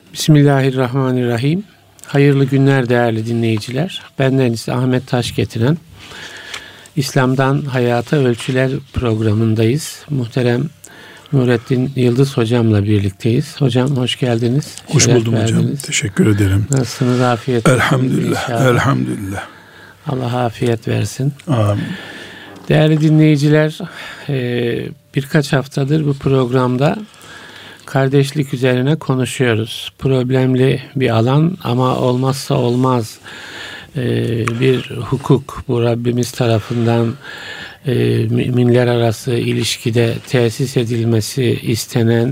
Bismillahirrahmanirrahim. Hayırlı günler değerli dinleyiciler. Bendeniz Ahmet Taş getiren İslam'dan Hayata Ölçüler programındayız. Muhterem Nurettin Yıldız hocamla birlikteyiz. Hocam hoş geldiniz. Hoş buldum hocam. Teşekkür ederim. Nasılsınız? Afiyet olsun. Elhamdülillah. Elhamdülillah. Allah afiyet versin. Amin. Değerli dinleyiciler, birkaç haftadır bu programda kardeşlik üzerine konuşuyoruz. Problemli bir alan ama olmazsa olmaz bir hukuk. Bu Rabbimiz tarafından müminler arası ilişkide tesis edilmesi istenen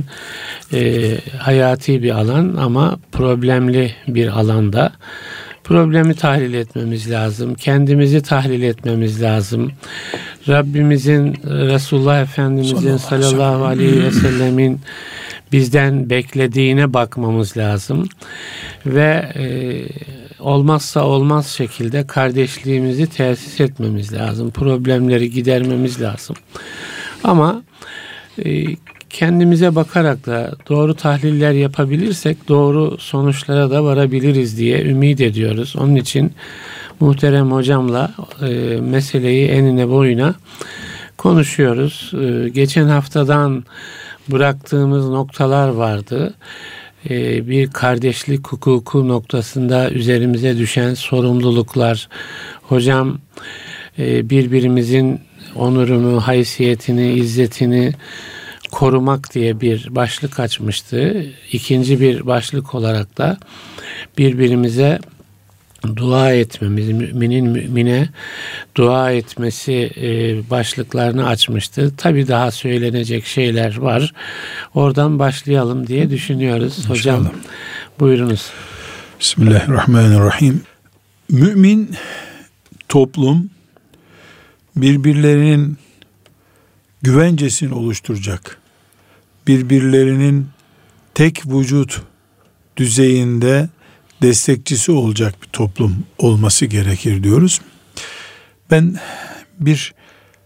hayati bir alan ama problemli bir alanda. Problemi tahlil etmemiz lazım. Kendimizi tahlil etmemiz lazım. Rabbimizin, Resulullah Efendimizin sallallahu aleyhi ve sellemin bizden beklediğine bakmamız lazım. Ve olmazsa olmaz şekilde kardeşliğimizi tesis etmemiz lazım. Problemleri gidermemiz lazım. Ama kendimize bakarak da doğru tahliller yapabilirsek doğru sonuçlara da varabiliriz diye ümit ediyoruz. Onun için muhterem hocamla meseleyi enine boyuna konuşuyoruz. Geçen haftadan bıraktığımız noktalar vardı. Bir kardeşlik hukuku noktasında üzerimize düşen sorumluluklar. Hocam birbirimizin onurunu, haysiyetini, izzetini korumak diye bir başlık açmıştı. İkinci bir başlık olarak da birbirimize dua etmemiz, müminin mümine dua etmesi başlıklarını açmıştı. Tabii daha söylenecek şeyler var. Oradan başlayalım diye düşünüyoruz. İnşallah. Hocam buyurunuz. Bismillahirrahmanirrahim. Mümin toplum birbirlerinin güvencesini oluşturacak, birbirlerinin tek vücut düzeyinde destekçisi olacak bir toplum olması gerekir diyoruz. Ben bir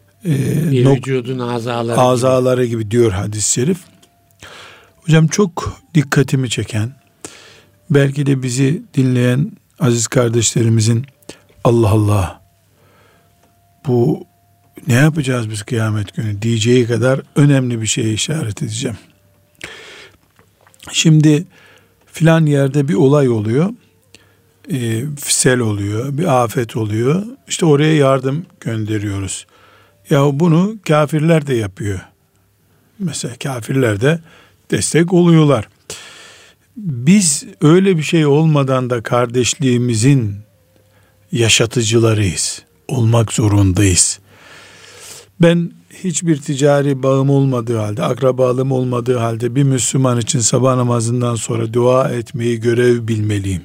vücudun azaları gibi diyor hadis-i şerif. Hocam çok dikkatimi çeken, belki de bizi dinleyen aziz kardeşlerimizin Allah Allah bu ne yapacağız biz kıyamet günü diyeceği kadar önemli bir şeye işaret edeceğim. Şimdi filan yerde bir olay oluyor, sel oluyor, bir afet oluyor. İşte oraya yardım gönderiyoruz. Ya bunu kafirler de yapıyor. Mesela kafirler de destek oluyorlar. Biz öyle bir şey olmadan da kardeşliğimizin yaşatıcılarıyız. Olmak zorundayız. Ben hiçbir ticari bağım olmadığı halde, akrabalığım olmadığı halde bir Müslüman için sabah namazından sonra dua etmeyi görev bilmeliyim.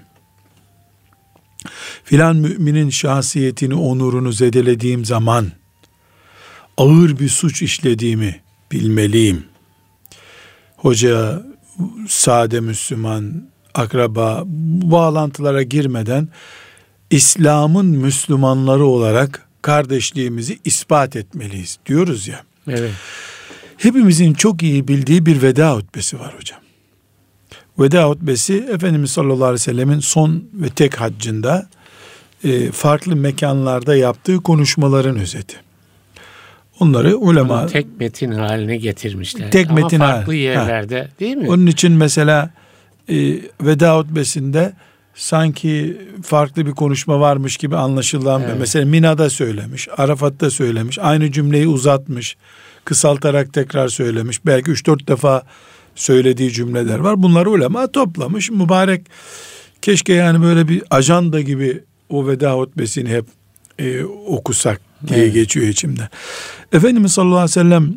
Filan müminin şahsiyetini, onurunu zedelediğim zaman ağır bir suç işlediğimi bilmeliyim. Hoca, sade Müslüman, akraba bu bağlantılara girmeden İslam'ın Müslümanları olarak kardeşliğimizi ispat etmeliyiz diyoruz ya. Evet. Hepimizin çok iyi bildiği bir veda hutbesi var hocam. Veda hutbesi Efendimiz sallallahu aleyhi ve sellemin son ve tek haccında farklı mekanlarda yaptığı konuşmaların özeti. Onları ulema onu tek metin haline getirmişler. Tek ama metin farklı yerlerde değil mi? Onun için mesela veda hutbesinde sanki farklı bir konuşma varmış gibi anlaşılan, evet. Mesela Mina'da söylemiş, Arafat'ta söylemiş, aynı cümleyi uzatmış, kısaltarak tekrar söylemiş, belki 3-4 defa söylediği cümleler var. Bunları ulema toplamış. Mübarek, keşke yani böyle bir ajanda gibi o veda hutbesini hep okusak diye geçiyor içimden. Efendimiz sallallahu aleyhi ve sellem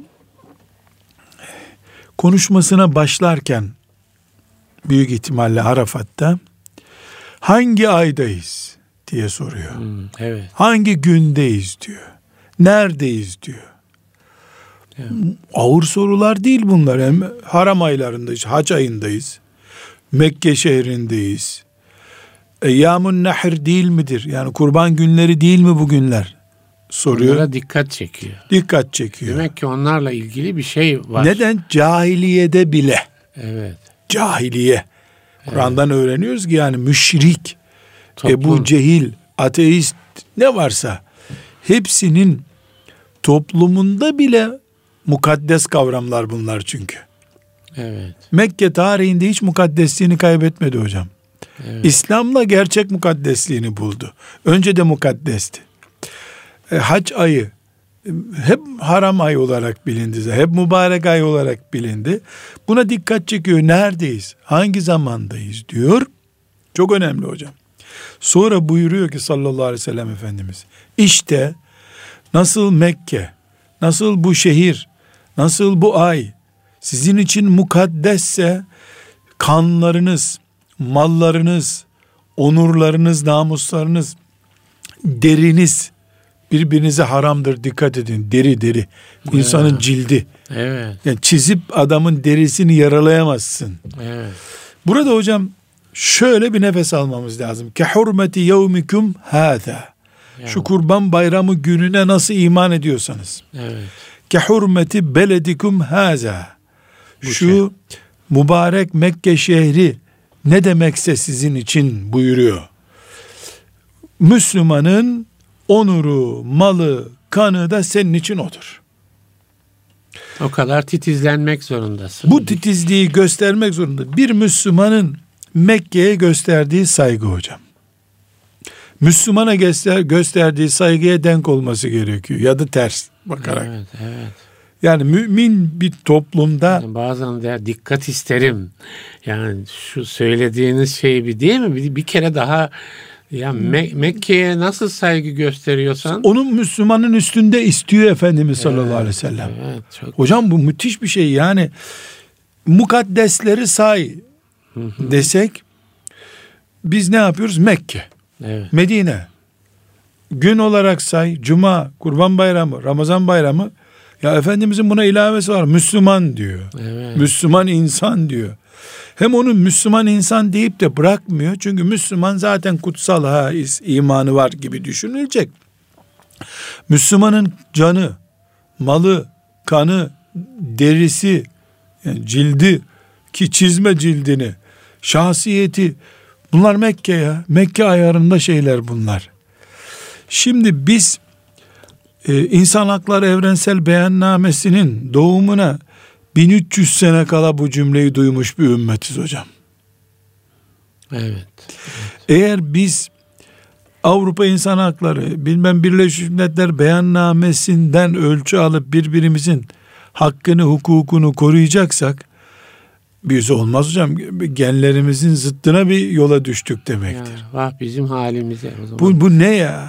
konuşmasına başlarken büyük ihtimalle Arafat'ta hangi aydayız diye soruyor. Evet. Hangi gündeyiz diyor. Neredeyiz diyor. Evet. Ağır sorular değil bunlar. Hem haram aylarındayız, hac ayındayız. Mekke şehrindeyiz. Eyyamun Nahr değil midir? Yani kurban günleri değil mi bu günler? Soruyor. Onlara dikkat çekiyor. Dikkat çekiyor. Demek ki onlarla ilgili bir şey var. Neden? Cahiliyede bile. Evet. Cahiliye. Kur'an'dan öğreniyoruz ki yani müşrik, Toplum. Ebu Cehil, ateist ne varsa hepsinin toplumunda bile mukaddes kavramlar bunlar çünkü. Evet. Mekke tarihinde hiç mukaddesliğini kaybetmedi hocam. Evet. İslam'la gerçek mukaddesliğini buldu. Önce de mukaddesti. Hac ayı hep haram ay olarak bilindi. Hep mübarek ay olarak bilindi. Buna dikkat çekiyor. Neredeyiz? Hangi zamandayız diyor. Çok önemli hocam. Sonra buyuruyor ki sallallahu aleyhi ve sellem Efendimiz, İşte nasıl Mekke, nasıl bu şehir, nasıl bu ay sizin için mukaddesse kanlarınız, mallarınız, onurlarınız, namuslarınız, deriniz birbirinize haramdır. Dikkat edin. Deri. İnsanın cildi. Evet. Yani çizip adamın derisini yaralayamazsın. Evet. Burada hocam şöyle bir nefes almamız lazım. Ke hurmeti yevmikum hâzâ. Şu Kurban Bayramı gününe nasıl iman ediyorsanız. Evet. Ke hurmeti beledikum hâzâ. Şu mübarek Mekke şehri ne demekse sizin için buyuruyor. Müslümanın onuru, malı, kanı da senin için odur. O kadar titizlenmek zorundasın. Bu titizliği göstermek zorunda. Bir Müslümanın Mekke'ye gösterdiği saygı hocam. Müslümana gösterdiği saygıya denk olması gerekiyor. Ya da ters bakarak. Evet. Yani mümin bir toplumda Yani bazen de dikkat isterim. Yani şu söylediğiniz şey bir değil mi? Bir kere daha ya Mekke'ye nasıl saygı gösteriyorsan onun Müslümanın üstünde istiyor Efendimiz sallallahu aleyhi ve sellem. Evet, çok hocam bu müthiş bir şey. Yani mukaddesleri say desek biz ne yapıyoruz? Mekke, evet. Medine. Gün olarak say, Cuma, Kurban Bayramı, Ramazan Bayramı. Ya Efendimizin buna ilavesi var. Müslüman diyor. Evet. Müslüman insan diyor. Hem onu Müslüman insan deyip de bırakmıyor. Çünkü Müslüman zaten kutsal, imanı var gibi düşünülecek. Müslümanın canı, malı, kanı, derisi, yani cildi, ki çizme cildini, şahsiyeti, bunlar Mekke ya. Mekke ayarında şeyler bunlar. Şimdi biz İnsan Hakları Evrensel Beyannamesi'nin doğumuna 1300 sene kala bu cümleyi duymuş bir ümmetiz hocam. Evet. Eğer biz Avrupa İnsan Hakları, Birleşmiş Milletler Beyannamesi'nden ölçü alıp birbirimizin hakkını, hukukunu koruyacaksak, biz olmaz hocam. Genlerimizin zıttına bir yola düştük demektir. Ya, vah bizim halimize o zaman. Bu ne ya?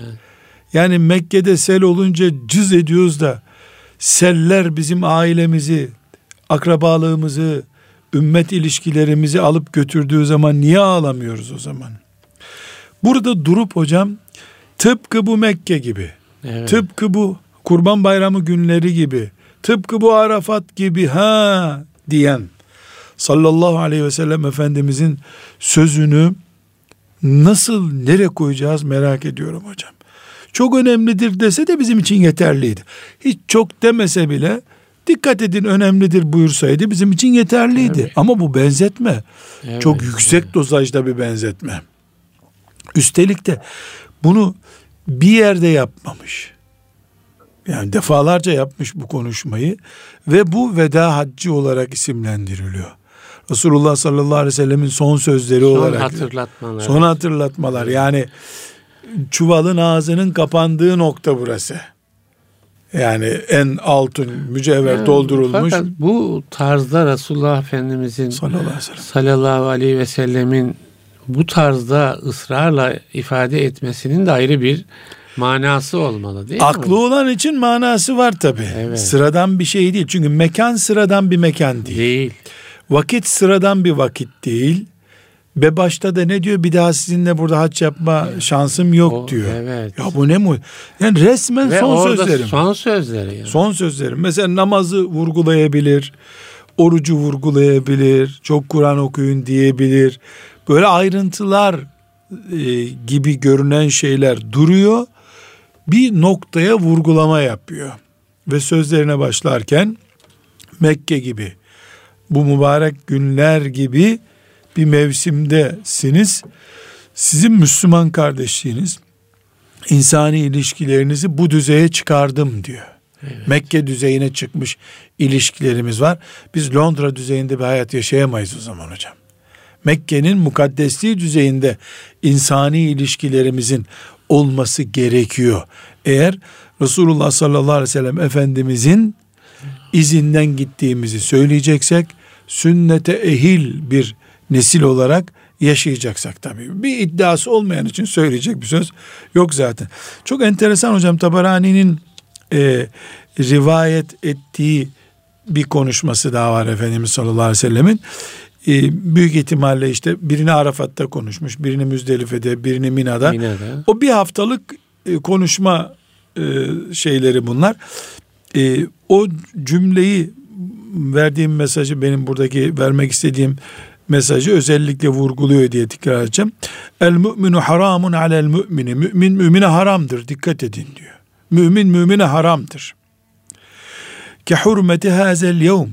Yani Mekke'de sel olunca cız ediyoruz da seller bizim ailemizi, akrabalığımızı, ümmet ilişkilerimizi alıp götürdüğü zaman niye ağlamıyoruz o zaman? Burada durup hocam tıpkı bu Mekke gibi, Evet. tıpkı bu Kurban Bayramı günleri gibi, tıpkı bu Arafat gibi diyen sallallahu aleyhi ve sellem Efendimizin sözünü nasıl, nereye koyacağız merak ediyorum hocam. Çok önemlidir dese de bizim için yeterliydi. Hiç çok demese bile dikkat edin önemlidir buyursaydı bizim için yeterliydi. Evet. Ama bu benzetme çok yüksek dozajda bir benzetme. Üstelik de bunu bir yerde yapmamış. Yani defalarca yapmış bu konuşmayı ve bu veda haccı olarak isimlendiriliyor. Resulullah sallallahu aleyhi ve sellemin son sözleri olarak. Son hatırlatmalar. Yani çuvalın ağzının kapandığı nokta burası. Yani en altın mücevher doldurulmuş. Fakat bu tarzda Resulullah Efendimizin sallallahu aleyhi ve sellemin bu tarzda ısrarla ifade etmesinin de ayrı bir manası olmalı değil mi? Aklı olan için manası var tabii. Evet. Sıradan bir şey değil. Çünkü mekan sıradan bir mekan değil. Vakit sıradan bir vakit değil. Ve başta da ne diyor? Bir daha sizinle burada hac yapma şansım yok diyor. Evet. Ya bu ne mu? Yani resmen ve son sözlerim. Son sözleri. Yani. Son sözlerim. Mesela namazı vurgulayabilir, orucu vurgulayabilir, çok Kur'an okuyun diyebilir. Böyle ayrıntılar gibi görünen şeyler duruyor. Bir noktaya vurgulama yapıyor. Ve sözlerine başlarken Mekke gibi, bu mübarek günler gibi bir mevsimdesiniz. Sizin Müslüman kardeşliğiniz, insani ilişkilerinizi bu düzeye çıkardım diyor. Evet. Mekke düzeyine çıkmış ilişkilerimiz var. Biz Londra düzeyinde bir hayat yaşayamayız o zaman hocam. Mekke'nin mukaddesliği düzeyinde insani ilişkilerimizin olması gerekiyor. Eğer Resulullah sallallahu aleyhi ve sellem Efendimizin izinden gittiğimizi söyleyeceksek, sünnete ehil bir nesil olarak yaşayacaksak tabii. Bir iddiası olmayan için söyleyecek bir söz yok zaten. Çok enteresan hocam, Tabarani'nin rivayet ettiği bir konuşması daha var Efendimiz sallallahu aleyhi ve sellemin. Büyük ihtimalle işte birini Arafat'ta konuşmuş, birini Müzdelife'de, birini Mina'da. O bir haftalık konuşma şeyleri bunlar. O cümleyi, verdiğim mesajı, benim buradaki vermek istediğim mesajı özellikle vurguluyor diye tekrar edeceğim. El mü'minu haramun alel mü'mini. Mümin mümine haramdır. Dikkat edin diyor. Mümin mümine haramdır. Ke hurmeti hazel yevm.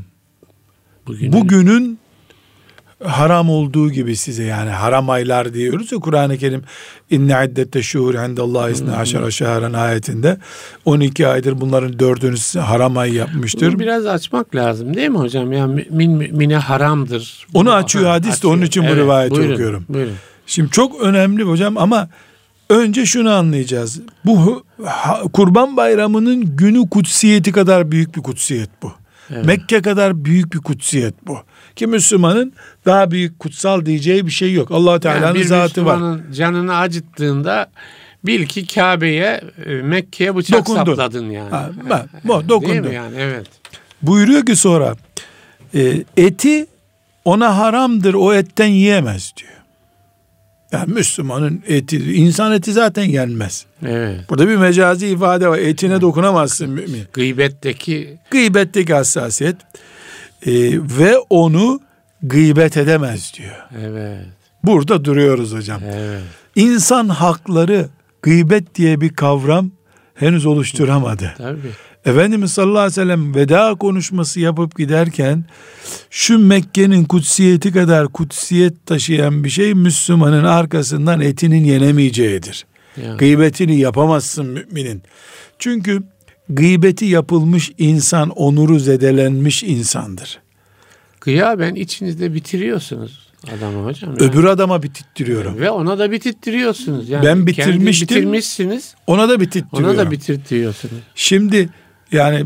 Bugünün haram olduğu gibi size, yani haram aylar diyoruz ya Kur'an-ı Kerim, inne iddete şuhur indallahi isne aşara şehran ayetinde 12 aydır bunların 4'ünü size haram ay yapmıştır. Bunu biraz açmak lazım değil mi hocam? Yani mümine haramdır. Onu açıyor hadis de, onun için bu rivayeti okuyorum. Buyurun. Şimdi çok önemli hocam, ama önce şunu anlayacağız. Bu Kurban Bayramı'nın günü kutsiyeti kadar büyük bir kutsiyet bu. Evet. Mekke kadar büyük bir kutsiyet bu. Ki Müslümanın daha büyük kutsal diyeceği bir şey yok. Allah Teala'nın yani zatı var. Bir Müslümanın canını acıttığında bil ki Kabe'ye, Mekke'ye bıçak dokundun. Sapladın yani. Dokundun. Değil mi yani? Evet. Buyuruyor ki sonra eti ona haramdır, o etten yiyemez diyor. Yani Müslümanın eti, insan eti zaten yenmez. Evet. Burada bir mecazi ifade var. Etine dokunamazsın mümin. Gıybetteki hassasiyet. Ve onu gıybet edemez diyor. Evet. Burada duruyoruz hocam. Evet. İnsan hakları, gıybet diye bir kavram henüz oluşturamadı. Tabii. Efendimiz sallallahu aleyhi ve sellem veda konuşması yapıp giderken, şu Mekke'nin kutsiyeti kadar kutsiyet taşıyan bir şey Müslümanın arkasından etinin yenemeyeceğidir. Yani. Gıybetini yapamazsın müminin. Çünkü gıybeti yapılmış insan onuru zedelenmiş insandır. Gıyaben içinizde bitiriyorsunuz adamı hocam. Yani. Öbür adama bitirtiyorum. Ve ona da bitirtiyorsunuz. Yani ben bitirmişsiniz. Ona da bitirtiyorsunuz. Şimdi yani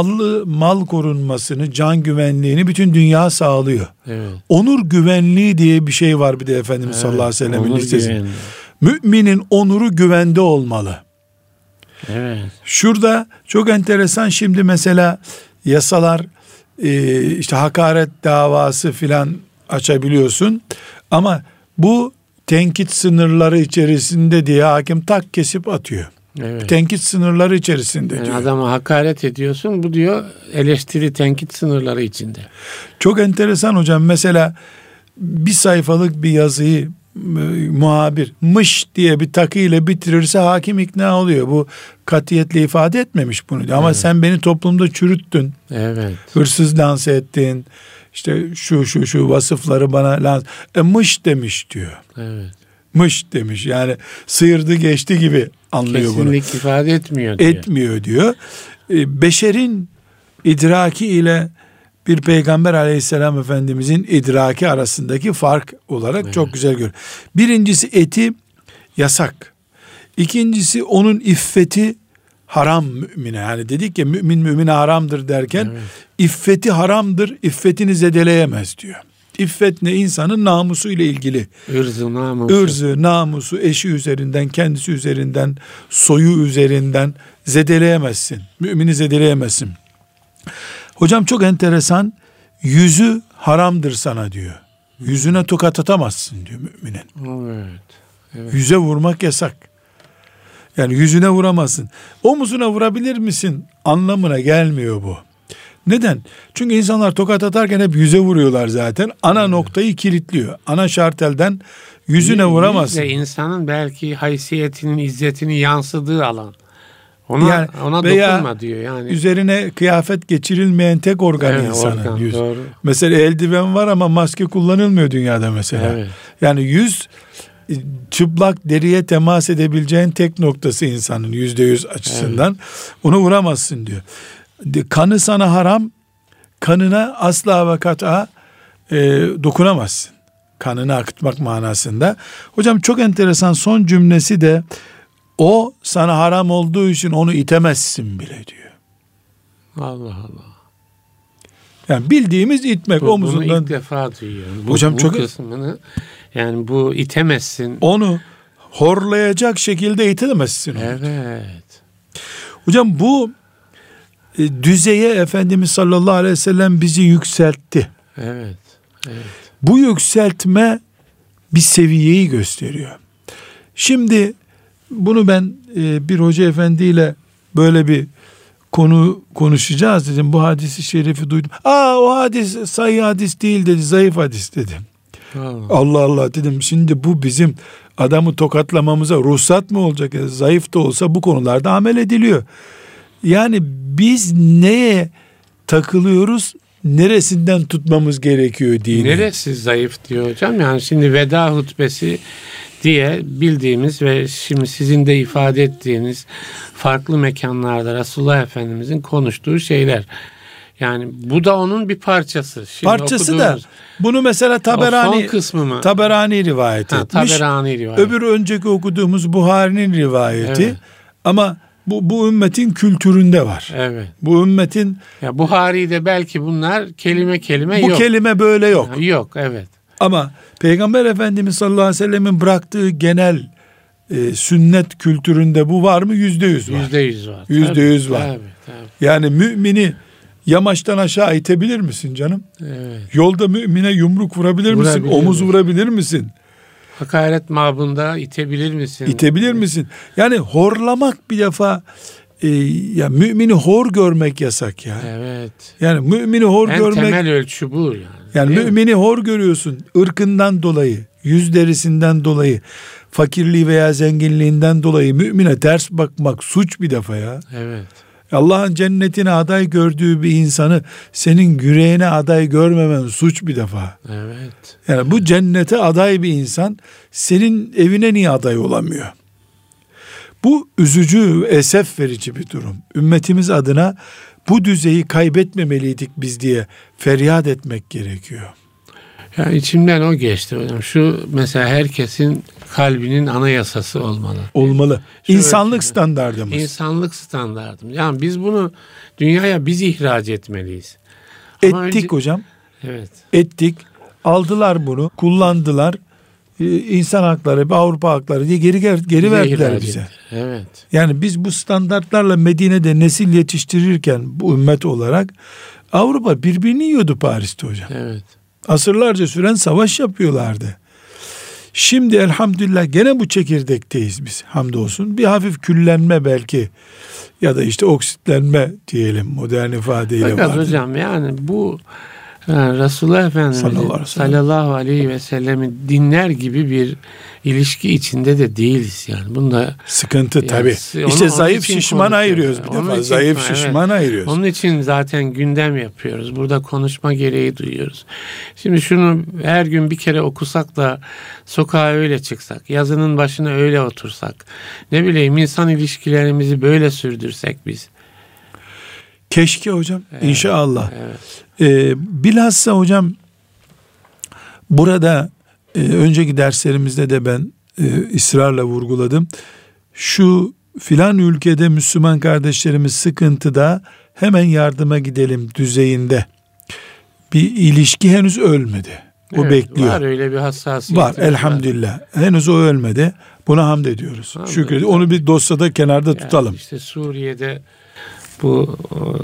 mal korunmasını, can güvenliğini bütün dünya sağlıyor. Evet. Onur güvenliği diye bir şey var bir de Efendimiz sallallahu aleyhi ve sellem'in listesinde. Müminin onuru güvende olmalı. Evet. Şurada çok enteresan, şimdi mesela yasalar, işte hakaret davası filan açabiliyorsun, ama bu tenkit sınırları içerisinde diye hakim tak kesip atıyor. Evet. Tenkit sınırları içerisinde yani diyor. Adama hakaret ediyorsun, bu diyor eleştiri, tenkit sınırları içinde. Çok enteresan hocam, mesela bir sayfalık bir yazıyı muhabir mış diye bir takı ile bitirirse hakim ikna oluyor. Bu katiyetle ifade etmemiş bunu diyor. Ama evet, sen beni toplumda çürüttün. Evet. Hırsız lanse ettin. İşte şu vasıfları bana lanse. Mış demiş diyor. Evet. Mış demiş. Yani sıyırdı geçti gibi anlıyor kesinlik bunu. Kesinlik ifade etmiyor diyor. Etmiyor diyor. Beşerin idraki ile bir peygamber aleyhisselam efendimizin idraki arasındaki fark olarak evet, çok güzel görüyor. Birincisi eti yasak. İkincisi onun iffeti haram mümine. Yani dedik ya, mümin mümine haramdır derken evet, iffeti haramdır, iffetini zedeleyemez diyor. İffet ne? İnsanın namusu ile ilgili. Irzı, namusu, eşi üzerinden, kendisi üzerinden, soyu üzerinden zedeleyemezsin. Mümini zedeleyemezsin. Hocam çok enteresan, yüzü haramdır sana diyor. Yüzüne tokat atamazsın diyor müminin. Evet. Evet. Yüze vurmak yasak. Yani yüzüne vuramazsın. Omuzuna vurabilir misin anlamına gelmiyor bu. Neden? Çünkü insanlar tokat atarken hep yüze vuruyorlar zaten. Ana noktayı kilitliyor. Ana şartelden yüzüne vuramazsın. Yüzle insanın belki haysiyetinin, izzetinin yansıdığı alan. Ona dokunma diyor yani. Üzerine kıyafet geçirilmeyen tek organ insanın yüz. Doğru. Mesela eldiven var ama maske kullanılmıyor dünyada mesela. Evet. Yani yüz çıplak deriye temas edebileceğin tek noktası insanın %100 açısından. Evet. Onu vuramazsın diyor. Kanı sana haram, kanına asla ve kat'a dokunamazsın. Kanını akıtmak manasında. Hocam çok enteresan, son cümlesi de o sana haram olduğu için onu itemezsin bile diyor. Allah Allah. Yani bildiğimiz itmek omuzundan. Bunu ilk defa duyuyorum. Hocam çok kısmını, yani bu itemezsin. Onu horlayacak şekilde itemezsin. Evet. Hocam bu düzeye Efendimiz sallallahu aleyhi ve sellem bizi yükseltti. Evet. Evet. Bu yükseltme bir seviyeyi gösteriyor. Şimdi bunu ben bir hoca efendiyle böyle bir konu konuşacağız dedim. Bu hadisi şerifi duydum. O hadis sahih hadis değil dedi, zayıf hadis dedim. Allah Allah dedim, şimdi bu bizim adamı tokatlamamıza ruhsat mı olacak? Zayıf da olsa bu konularda amel ediliyor. Yani biz neye takılıyoruz? Neresinden tutmamız gerekiyor dini? Neresi zayıf diyor hocam? Yani şimdi veda hutbesi diye bildiğimiz ve şimdi sizin de ifade ettiğiniz farklı mekanlarda Resulullah Efendimizin konuştuğu şeyler. Yani bu da onun bir parçası. Şimdi parçası da bunu mesela Taberani rivayet etmiş. Taberani rivayet. Öbür önceki okuduğumuz Buhari'nin rivayeti. Evet. Ama bu ümmetin kültüründe var. Evet. Bu ümmetin Buhari'de belki bunlar kelime yok. Bu kelime böyle yok. Yok, evet. Ama Peygamber Efendimiz sallallahu aleyhi ve sellemin bıraktığı genel sünnet kültüründe bu var mı? %100 var. %100 var. %100 var. Tabii. Yani mümini yamaçtan aşağı itebilir misin canım? Evet. Yolda mümine yumruk vurabilir misin? Omuz vurabilir misin? Hakaret mabında itebilir misin? İtebilir misin? Yani horlamak bir defa ya mümini hor görmek yasak ya. Evet. Yani mümini hor görmek. En temel ölçü bu yani. Yani mümini hor görüyorsun. Irkından dolayı, yüz derisinden dolayı, fakirliği veya zenginliğinden dolayı mümine ters bakmak suç bir defa ya. Evet. Allah'ın cennetine aday gördüğü bir insanı senin yüreğine aday görmemen suç bir defa. Evet. Yani bu cennete aday bir insan senin evine niye aday olamıyor? Bu üzücü, esef verici bir durum. Ümmetimiz adına bu düzeyi kaybetmemeliydik biz diye feryat etmek gerekiyor. Yani içimden o geçti hocam. Şu mesela herkesin kalbinin anayasası olmalı. Olmalı. İnsanlık standardımız. İnsanlık standardımız. Yani biz bunu dünyaya biz ihraç etmeliyiz. Ettik hocam. Evet. Ettik. Aldılar bunu, kullandılar. İnsan hakları, Avrupa hakları diye geri verdiler bize. Evet. Yani biz bu standartlarla Medine'de nesil yetiştirirken bu ümmet olarak Avrupa birbirini yiyordu Paris'te hocam. Evet. Asırlarca süren savaş yapıyorlardı. Şimdi elhamdülillah gene bu çekirdekteyiz biz, hamdolsun. Bir hafif küllenme belki ya da işte oksitlenme diyelim modern ifadeyle. Fakat hocam yani bu Resulullah Efendimiz sallallahu aleyhi ve sellem'i dinler gibi bir ilişki içinde de değiliz yani. Bunda sıkıntı yani, tabii. İşte zayıf şişman ayırıyoruz bir defa. Zayıf şişman ayırıyoruz. Onun için zaten gündem yapıyoruz. Burada konuşma gereği duyuyoruz. Şimdi şunu her gün bir kere okusak da sokağa öyle çıksak, yazının başına öyle otursak, ne bileyim insan ilişkilerimizi böyle sürdürsek biz. Keşke hocam. Evet, İnşallah. Evet. Bilhassa hocam burada önceki derslerimizde de ben ısrarla vurguladım. Şu filan ülkede Müslüman kardeşlerimiz sıkıntıda, hemen yardıma gidelim düzeyinde bir ilişki henüz ölmedi. O evet, bekliyor. Var öyle bir hassasiyet. Var elhamdülillah. Henüz o ölmedi. Buna hamd ediyoruz. Şükrediyoruz. Onu bir dosyada kenarda tutalım. İşte Suriye'de bu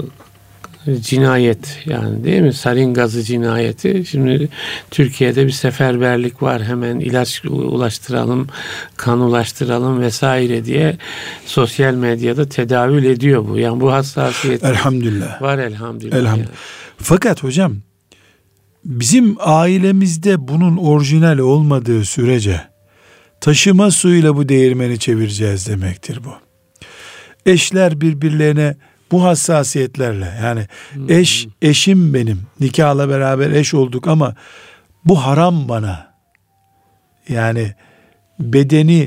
cinayet yani değil mi? Sarin gazı cinayeti. Şimdi Türkiye'de bir seferberlik var. Hemen ilaç ulaştıralım, kan ulaştıralım vesaire diye sosyal medyada tedavül ediyor bu. Yani bu hassasiyet elhamdülillah var elhamdülillah. Yani. Fakat hocam bizim ailemizde bunun orijinal olmadığı sürece taşıma suyuyla bu değirmeni çevireceğiz demektir bu. eşler birbirlerine bu hassasiyetlerle, yani eşim benim, nikahla beraber eş olduk ama bu haram bana, yani bedeni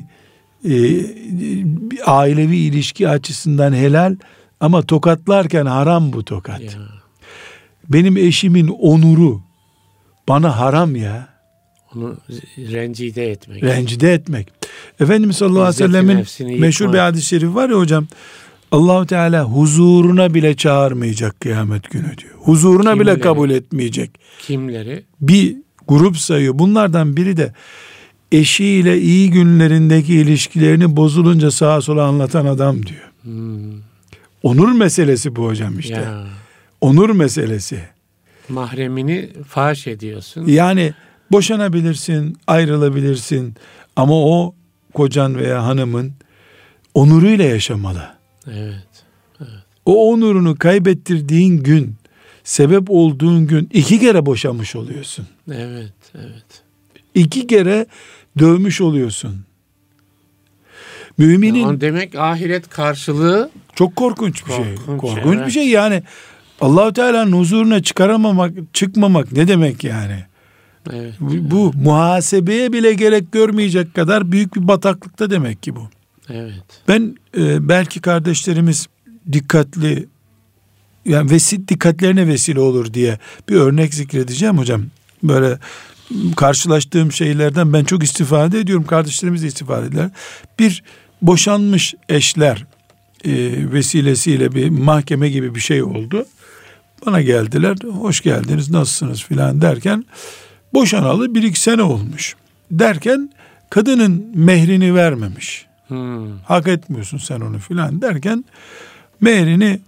ailevi ilişki açısından helal ama tokatlarken haram bu tokat. Ya. Benim eşimin onuru bana haram ya. Onu rencide etmek. Rencide etmek. Efendimiz sallallahu aleyhi ve sellemin meşhur bir hadis-i şerifi var ya hocam. Allah-u Teala huzuruna bile çağırmayacak kıyamet günü diyor. Huzuruna kimleri, bile kabul etmeyecek. Kimleri? Bir grup sayıyor. Bunlardan biri de eşiyle iyi günlerindeki ilişkilerini bozulunca sağa sola anlatan adam diyor. Onur meselesi bu hocam işte. Ya. Onur meselesi. Mahremini faş ediyorsun. Yani boşanabilirsin, ayrılabilirsin ama o kocan veya hanımın onuruyla yaşamalı. Evet. O onurunu kaybettirdiğin gün, sebep olduğun gün 2 kere boşanmış oluyorsun. Evet. 2 kere dövmüş oluyorsun. Müminin... Yani demek ahiret karşılığı... Çok korkunç bir şey. Korkunç bir şey yani. Allah-u Teala'nın huzuruna çıkmamak ne demek yani? Evet. Bu muhasebeye bile gerek görmeyecek kadar büyük bir bataklıkta demek ki bu. Evet. Ben belki kardeşlerimiz dikkatli, yani dikkatlerine vesile olur diye bir örnek zikredeceğim hocam. Böyle karşılaştığım şeylerden ben çok istifade ediyorum. Kardeşlerimiz de istifade ederler. Bir boşanmış eşler vesilesiyle bir mahkeme gibi bir şey oldu. Bana geldiler. Hoş geldiniz, nasılsınız filan derken boşanalı 1-2 sene olmuş. Derken kadının mehrini vermemiş. Hak etmiyorsun sen onu filan derken mehrini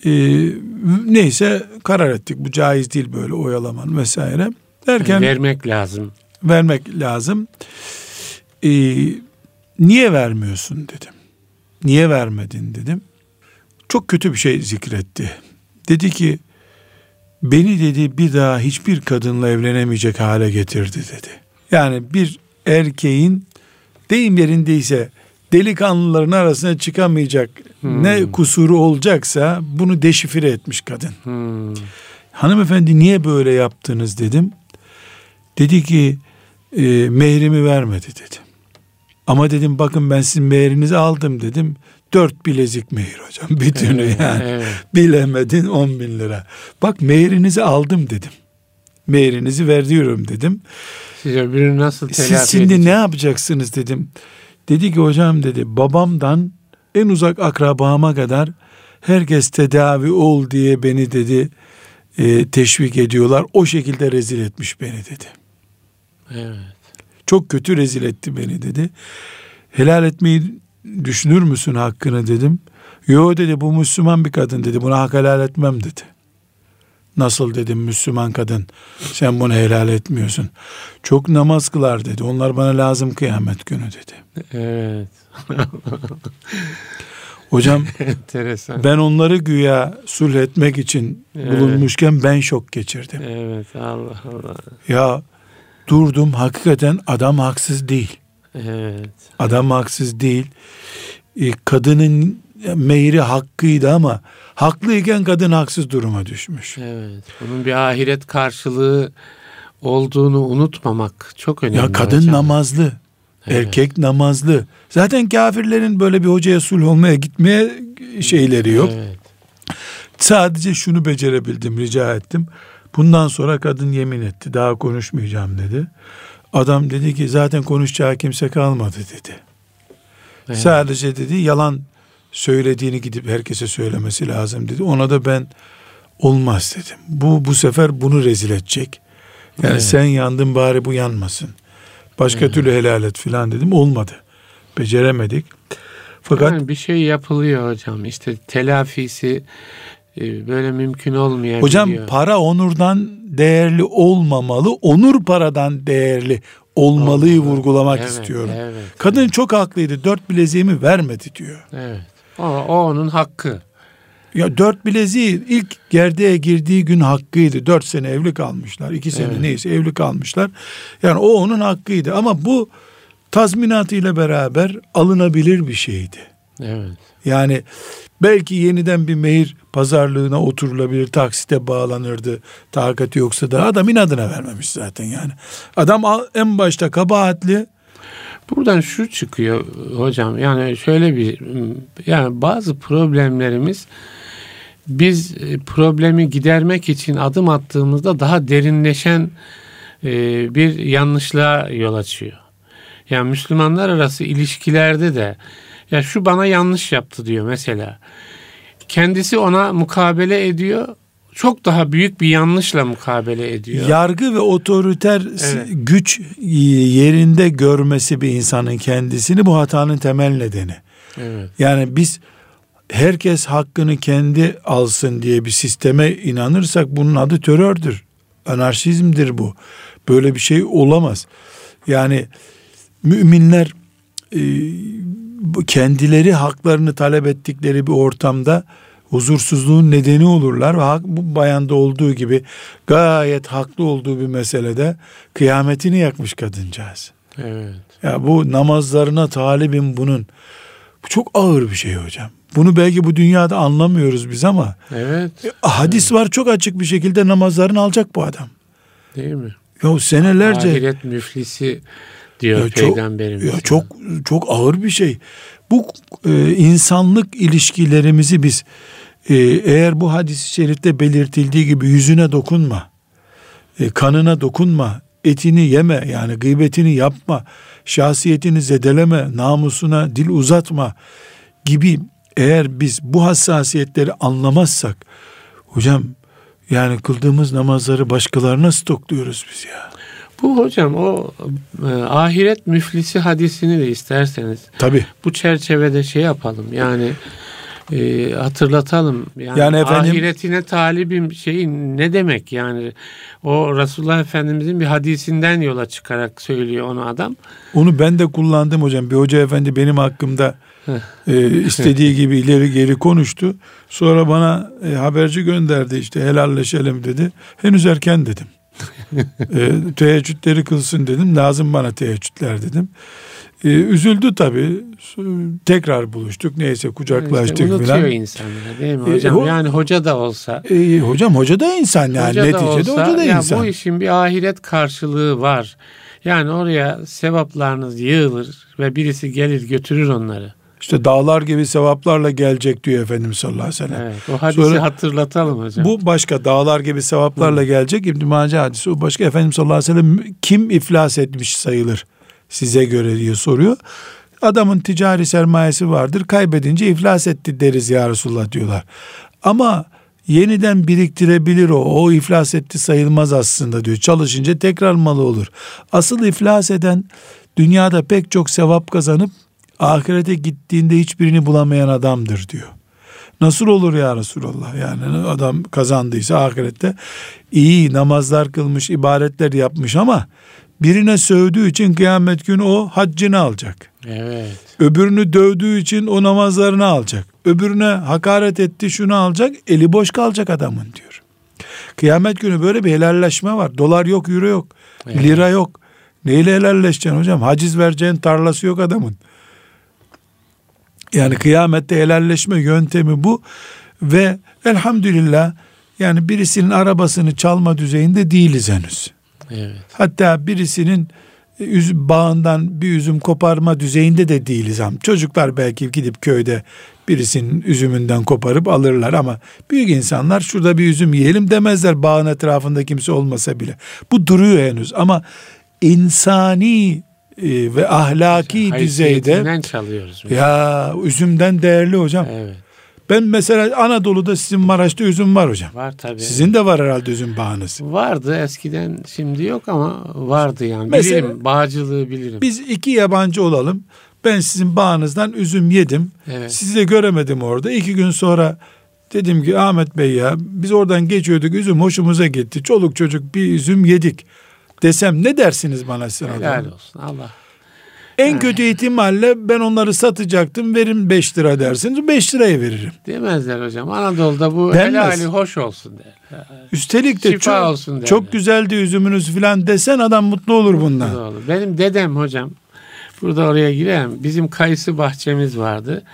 neyse karar ettik. Bu caiz değil böyle oyalaman vesaire. Derken vermek lazım. Vermek lazım. Niye vermiyorsun dedim. Niye vermedin dedim. Çok kötü bir şey zikretti. Dedi ki beni dedi bir daha hiçbir kadınla evlenemeyecek hale getirdi dedi. Yani bir erkeğin deyim yerindeyse delikanlıların arasına çıkamayacak ne kusuru olacaksa bunu deşifre etmiş kadın. Hanımefendi niye böyle yaptınız dedim. Dedi ki mehrimi vermedi dedi. Ama dedim bakın ben sizin mehrinizi aldım dedim. 4 bilezik mehir hocam. Bütünü yani. Evet. Bilemedin 10.000 lira. Bak mehrinizi aldım dedim. Mehrinizi veriyorum dedim. Siz öbürünü nasıl telafi edeceksiniz? Siz şimdi ne yapacaksınız dedim. Dedi ki hocam dedi babamdan en uzak akrabama kadar herkes tedavi ol diye beni dedi teşvik ediyorlar. O şekilde rezil etmiş beni dedi. Evet. Çok kötü rezil etti beni dedi. Helal etmeyi düşünür müsün hakkını dedim. Yo dedi bu Müslüman bir kadın dedi. Buna hak helal etmem dedi. Nasıl dedim Müslüman kadın. Sen bunu helal etmiyorsun. Çok namaz kılar dedi. Onlar bana lazım kıyamet günü dedi. Evet. Hocam enteresan. Ben onları güya sulh etmek için bulunmuşken ben şok geçirdim. Evet Allah Allah. Ya durdum hakikaten adam haksız değil. Evet. Adam haksız değil. Kadının mehri hakkıydı ama haklıyken kadın haksız duruma düşmüş. Evet. Bunun bir ahiret karşılığı olduğunu unutmamak çok önemli. Ya kadın hocam namazlı. Evet. Erkek namazlı. Zaten kafirlerin böyle bir hocaya sulh olmaya gitmeye şeyleri yok. Evet. Sadece şunu becerebildim, rica ettim. Bundan sonra kadın yemin etti. Daha konuşmayacağım dedi. Adam dedi ki zaten konuşacağı kimse kalmadı dedi. Evet. Sadece dedi yalan söylediğini gidip herkese söylemesi lazım dedi. Ona da ben olmaz dedim. Bu sefer bunu rezil edecek. Yani evet, sen yandın bari bu yanmasın. Başka evet, türlü helal et filan dedim. Olmadı. Beceremedik. Fakat yani bir şey yapılıyor hocam. İşte telafisi böyle mümkün olmayabiliyor. Hocam para onurdan değerli olmamalı. Onur paradan değerli olmalıyı vurgulamak istiyorum. Evet, kadın çok haklıydı. 4 bileziğimi vermedi diyor. Evet. O onun hakkı. Ya 4 bileziği ilk gerdeğe girdiği gün hakkıydı. 4 sene evli kalmışlar. 2 sene neyse evli kalmışlar. Yani o onun hakkıydı. Ama bu tazminatıyla beraber alınabilir bir şeydi. Evet. Yani belki yeniden bir mehir pazarlığına oturulabilir, taksite bağlanırdı, takati yoksa da adam inadına vermemiş zaten yani. Adam en başta kabahatli. Buradan şu çıkıyor hocam, yani şöyle yani bazı problemlerimiz, biz problemi gidermek için adım attığımızda daha derinleşen bir yanlışlığa yol açıyor. Yani Müslümanlar arası ilişkilerde de ya şu bana yanlış yaptı diyor mesela. Kendisi ona mukabele ediyor. Çok daha büyük bir yanlışla mukabele ediyor. Yargı ve otoriter güç yerinde görmesi bir insanın kendisini bu hatanın temel nedeni. Evet. Yani biz herkes hakkını kendi alsın diye bir sisteme inanırsak bunun adı terördür. Anarşizmdir bu. Böyle bir şey olamaz. Yani müminler kendileri haklarını talep ettikleri bir ortamda huzursuzluğun nedeni olurlar ve bu bayanda olduğu gibi gayet haklı olduğu bir meselede kıyametini yakmış kadıncağız. Evet. Ya bu namazlarına talibim bunun. Bu çok ağır bir şey hocam. Bunu belki bu dünyada anlamıyoruz biz ama evet. Hadis var çok açık bir şekilde, namazlarını alacak bu adam. Değil mi? Ya senelerce ahiret müflisi diyor ya Peygamberimiz. Ya çok ağır bir şey. Bu insanlık ilişkilerimizi biz eğer bu hadis-i şerifte belirtildiği gibi yüzüne dokunma, kanına dokunma, etini yeme, yani gıybetini yapma, şahsiyetini zedeleme, namusuna dil uzatma gibi eğer biz bu hassasiyetleri anlamazsak hocam, yani kıldığımız namazları başkalarına stokluyoruz biz ya. Bu hocam o ahiret müflisi hadisini de isterseniz tabii bu çerçevede şey yapalım, yani hatırlatalım. Yani efendim, ahiretine talibim şeyi ne demek yani? O Resulullah Efendimizin bir hadisinden yola çıkarak söylüyor onu adam. Onu ben de kullandım hocam. Bir hoca efendi benim hakkımda istediği gibi ileri geri konuştu. Sonra bana haberci gönderdi, işte helalleşelim dedi. Henüz erken dedim. Teheccüdleri kılsın dedim. Lazım bana teheccüdler dedim. Üzüldü tabii. Tekrar buluştuk. Neyse kucaklaştık işte filan. Unutuyor insanlar değil mi hocam? Yani hoca da olsa. Hocam hoca da insan yani. Hoca Neticede olsa, hoca da insan. Bu işin bir ahiret karşılığı var. Yani oraya sevaplarınız yığılır ve birisi gelir götürür onları. İşte dağlar gibi sevaplarla gelecek diyor Efendimiz sallallahu aleyhi ve sellem. Evet, o hadisi sonra, hatırlatalım hocam. Bu başka, dağlar gibi sevaplarla gelecek. İbn-i Mace hadisi o başka. Efendimiz sallallahu aleyhi ve sellem kim iflas etmiş sayılır size göre diye soruyor. Adamın ticari sermayesi vardır, kaybedince iflas etti deriz ya Resulullah diyorlar. Ama yeniden biriktirebilir o iflas etti sayılmaz aslında diyor. Çalışınca tekrar malı olur. Asıl iflas eden dünyada pek çok sevap kazanıp ahirete gittiğinde hiçbirini bulamayan adamdır diyor. Nasıl olur ya Resulallah? Yani adam kazandıysa ahirette iyi namazlar kılmış, ibadetler yapmış ama birine sövdüğü için kıyamet günü o haccını alacak. Evet. Öbürünü dövdüğü için o namazlarını alacak. Öbürüne hakaret etti, şunu alacak, eli boş kalacak adamın diyor. Kıyamet günü böyle bir helalleşme var. Dolar yok, euro yok, lira yok. Neyle helalleşeceksin hocam? Haciz vereceğin tarlası yok adamın. Yani kıyamette helalleşme yöntemi bu ve elhamdülillah yani birisinin arabasını çalma düzeyinde değiliz henüz. Evet. Hatta birisinin bağından bir üzüm koparma düzeyinde de değiliz. Çocuklar belki gidip köyde birisinin üzümünden koparıp alırlar ama büyük insanlar şurada bir üzüm yiyelim demezler bağın etrafında kimse olmasa bile. Bu duruyor henüz ama insani ve ahlaki düzeyde çalıyoruz. Ya üzümden değerli hocam. Evet. Ben mesela Anadolu'da sizin Maraş'ta üzüm var hocam. Var tabii. Sizin de var herhalde üzüm bağınız. Vardı eskiden, şimdi yok ama vardı yani. Mesela, bilirim, bağcılığı bilirim. Biz iki yabancı olalım. Ben sizin bağınızdan üzüm yedim. Evet. Sizi de göremedim orada. 2 gün sonra dedim ki Ahmet Bey ya biz oradan geçiyorduk, üzüm hoşumuza gitti. Çoluk çocuk bir üzüm yedik desem ne dersiniz bana? Helal olsun Allah. En kötü ihtimalle ben onları satacaktım, verin 5 lira dersiniz, 5 liraya veririm. Demezler hocam. Anadolu'da bu Denmez. helali hoş olsun der. Üstelik de çok güzeldi üzümünüz filan desen adam mutlu olur bundan. Mutlu olur. Benim dedem hocam, burada oraya girelim. Bizim kayısı bahçemiz vardı.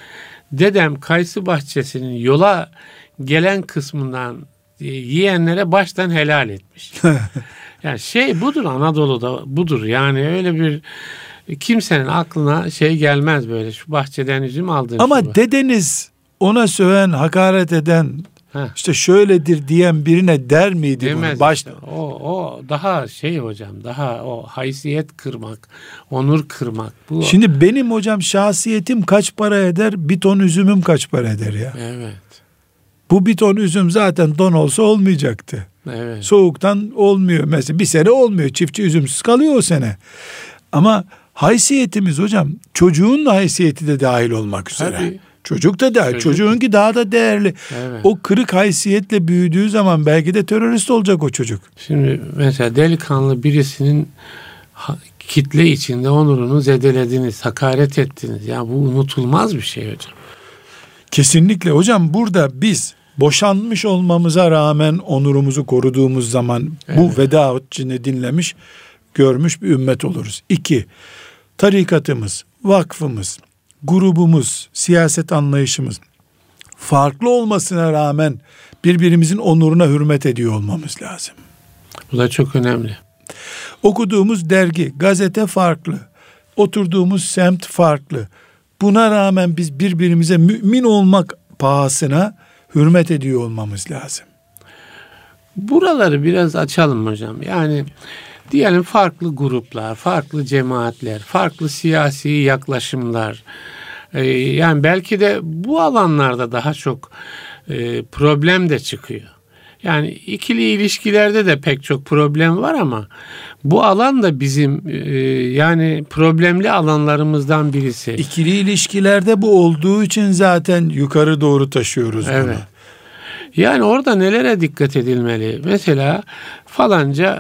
dedem kayısı bahçesinin yola gelen kısmından yiyenlere baştan helal etmiş. Yani budur, Anadolu'da budur. Yani öyle bir kimsenin aklına gelmez böyle, şu bahçeden üzüm aldığım. Ama dedeniz ona söven, hakaret eden, işte şöyledir diyen birine der miydi demez bunu başta? Işte. O daha hocam, daha o haysiyet kırmak, onur kırmak. Bu. Şimdi benim hocam şahsiyetim kaç para eder, bir ton üzümüm kaç para eder ya? Evet. Bu bir ton üzüm zaten don olsa olmayacaktı. Evet. Soğuktan olmuyor mesela, bir sene olmuyor, çiftçi üzümsüz kalıyor o sene. Ama haysiyetimiz hocam, çocuğun haysiyeti de dahil olmak üzere. Tabii. Çocuk da dahil. Çocuğunki daha da değerli. Evet. O kırık haysiyetle büyüdüğü zaman belki de terörist olacak o çocuk. Şimdi mesela delikanlı birisinin kitle içinde onurunu zedelediniz, hakaret ettiniz. Ya bu unutulmaz bir şey hocam. Kesinlikle hocam, burada biz boşanmış olmamıza rağmen onurumuzu koruduğumuz zaman bu veda hutbesini dinlemiş, görmüş bir ümmet oluruz. 2. Tarikatımız, vakfımız, grubumuz, siyaset anlayışımız farklı olmasına rağmen birbirimizin onuruna hürmet ediyor olmamız lazım. Bu da çok önemli. Okuduğumuz dergi, gazete farklı. Oturduğumuz semt farklı. Buna rağmen biz birbirimize mümin olmak pahasına hürmet ediyor olmamız lazım. Buraları biraz açalım hocam. Yani diyelim farklı gruplar, farklı cemaatler, farklı siyasi yaklaşımlar. Yani belki de bu alanlarda daha çok problem de çıkıyor. Yani ikili ilişkilerde de pek çok problem var ama bu alan da bizim yani problemli alanlarımızdan birisi. İkili ilişkilerde bu olduğu için zaten yukarı doğru taşıyoruz bunu. Evet. Yani orada nelere dikkat edilmeli? Mesela falanca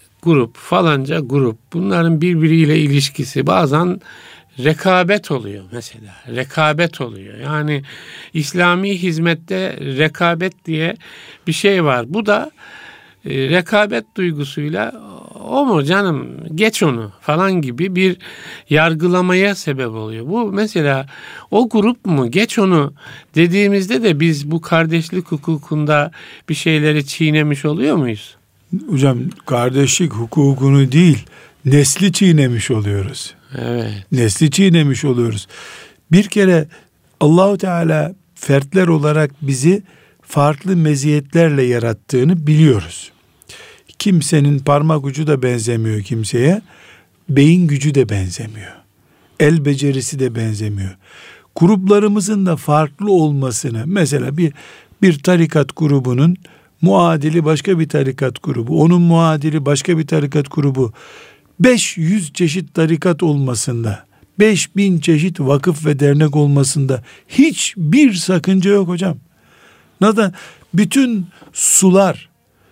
grup, bunların birbiriyle ilişkisi bazen rekabet oluyor mesela. Rekabet oluyor. Yani İslami hizmette rekabet diye bir şey var. Bu da rekabet duygusuyla o mu canım, geç onu falan gibi bir yargılamaya sebep oluyor. Bu mesela o grup mu, geç onu dediğimizde de biz bu kardeşlik hukukunda bir şeyleri çiğnemiş oluyor muyuz? Hocam kardeşlik hukukunu değil, nesli çiğnemiş oluyoruz. Evet. Nesli çiğnemiş oluyoruz. Bir kere Allahu Teala fertler olarak bizi farklı meziyetlerle yarattığını biliyoruz. Kimsenin parmak ucu da benzemiyor kimseye. Beyin gücü de benzemiyor. El becerisi de benzemiyor. Gruplarımızın da farklı olmasını, mesela bir tarikat grubunun muadili başka bir tarikat grubu, onun muadili başka bir tarikat grubu, 500 çeşit tarikat olmasında, 5000 çeşit vakıf ve dernek olmasında hiçbir sakınca yok hocam. Neden? Bütün sular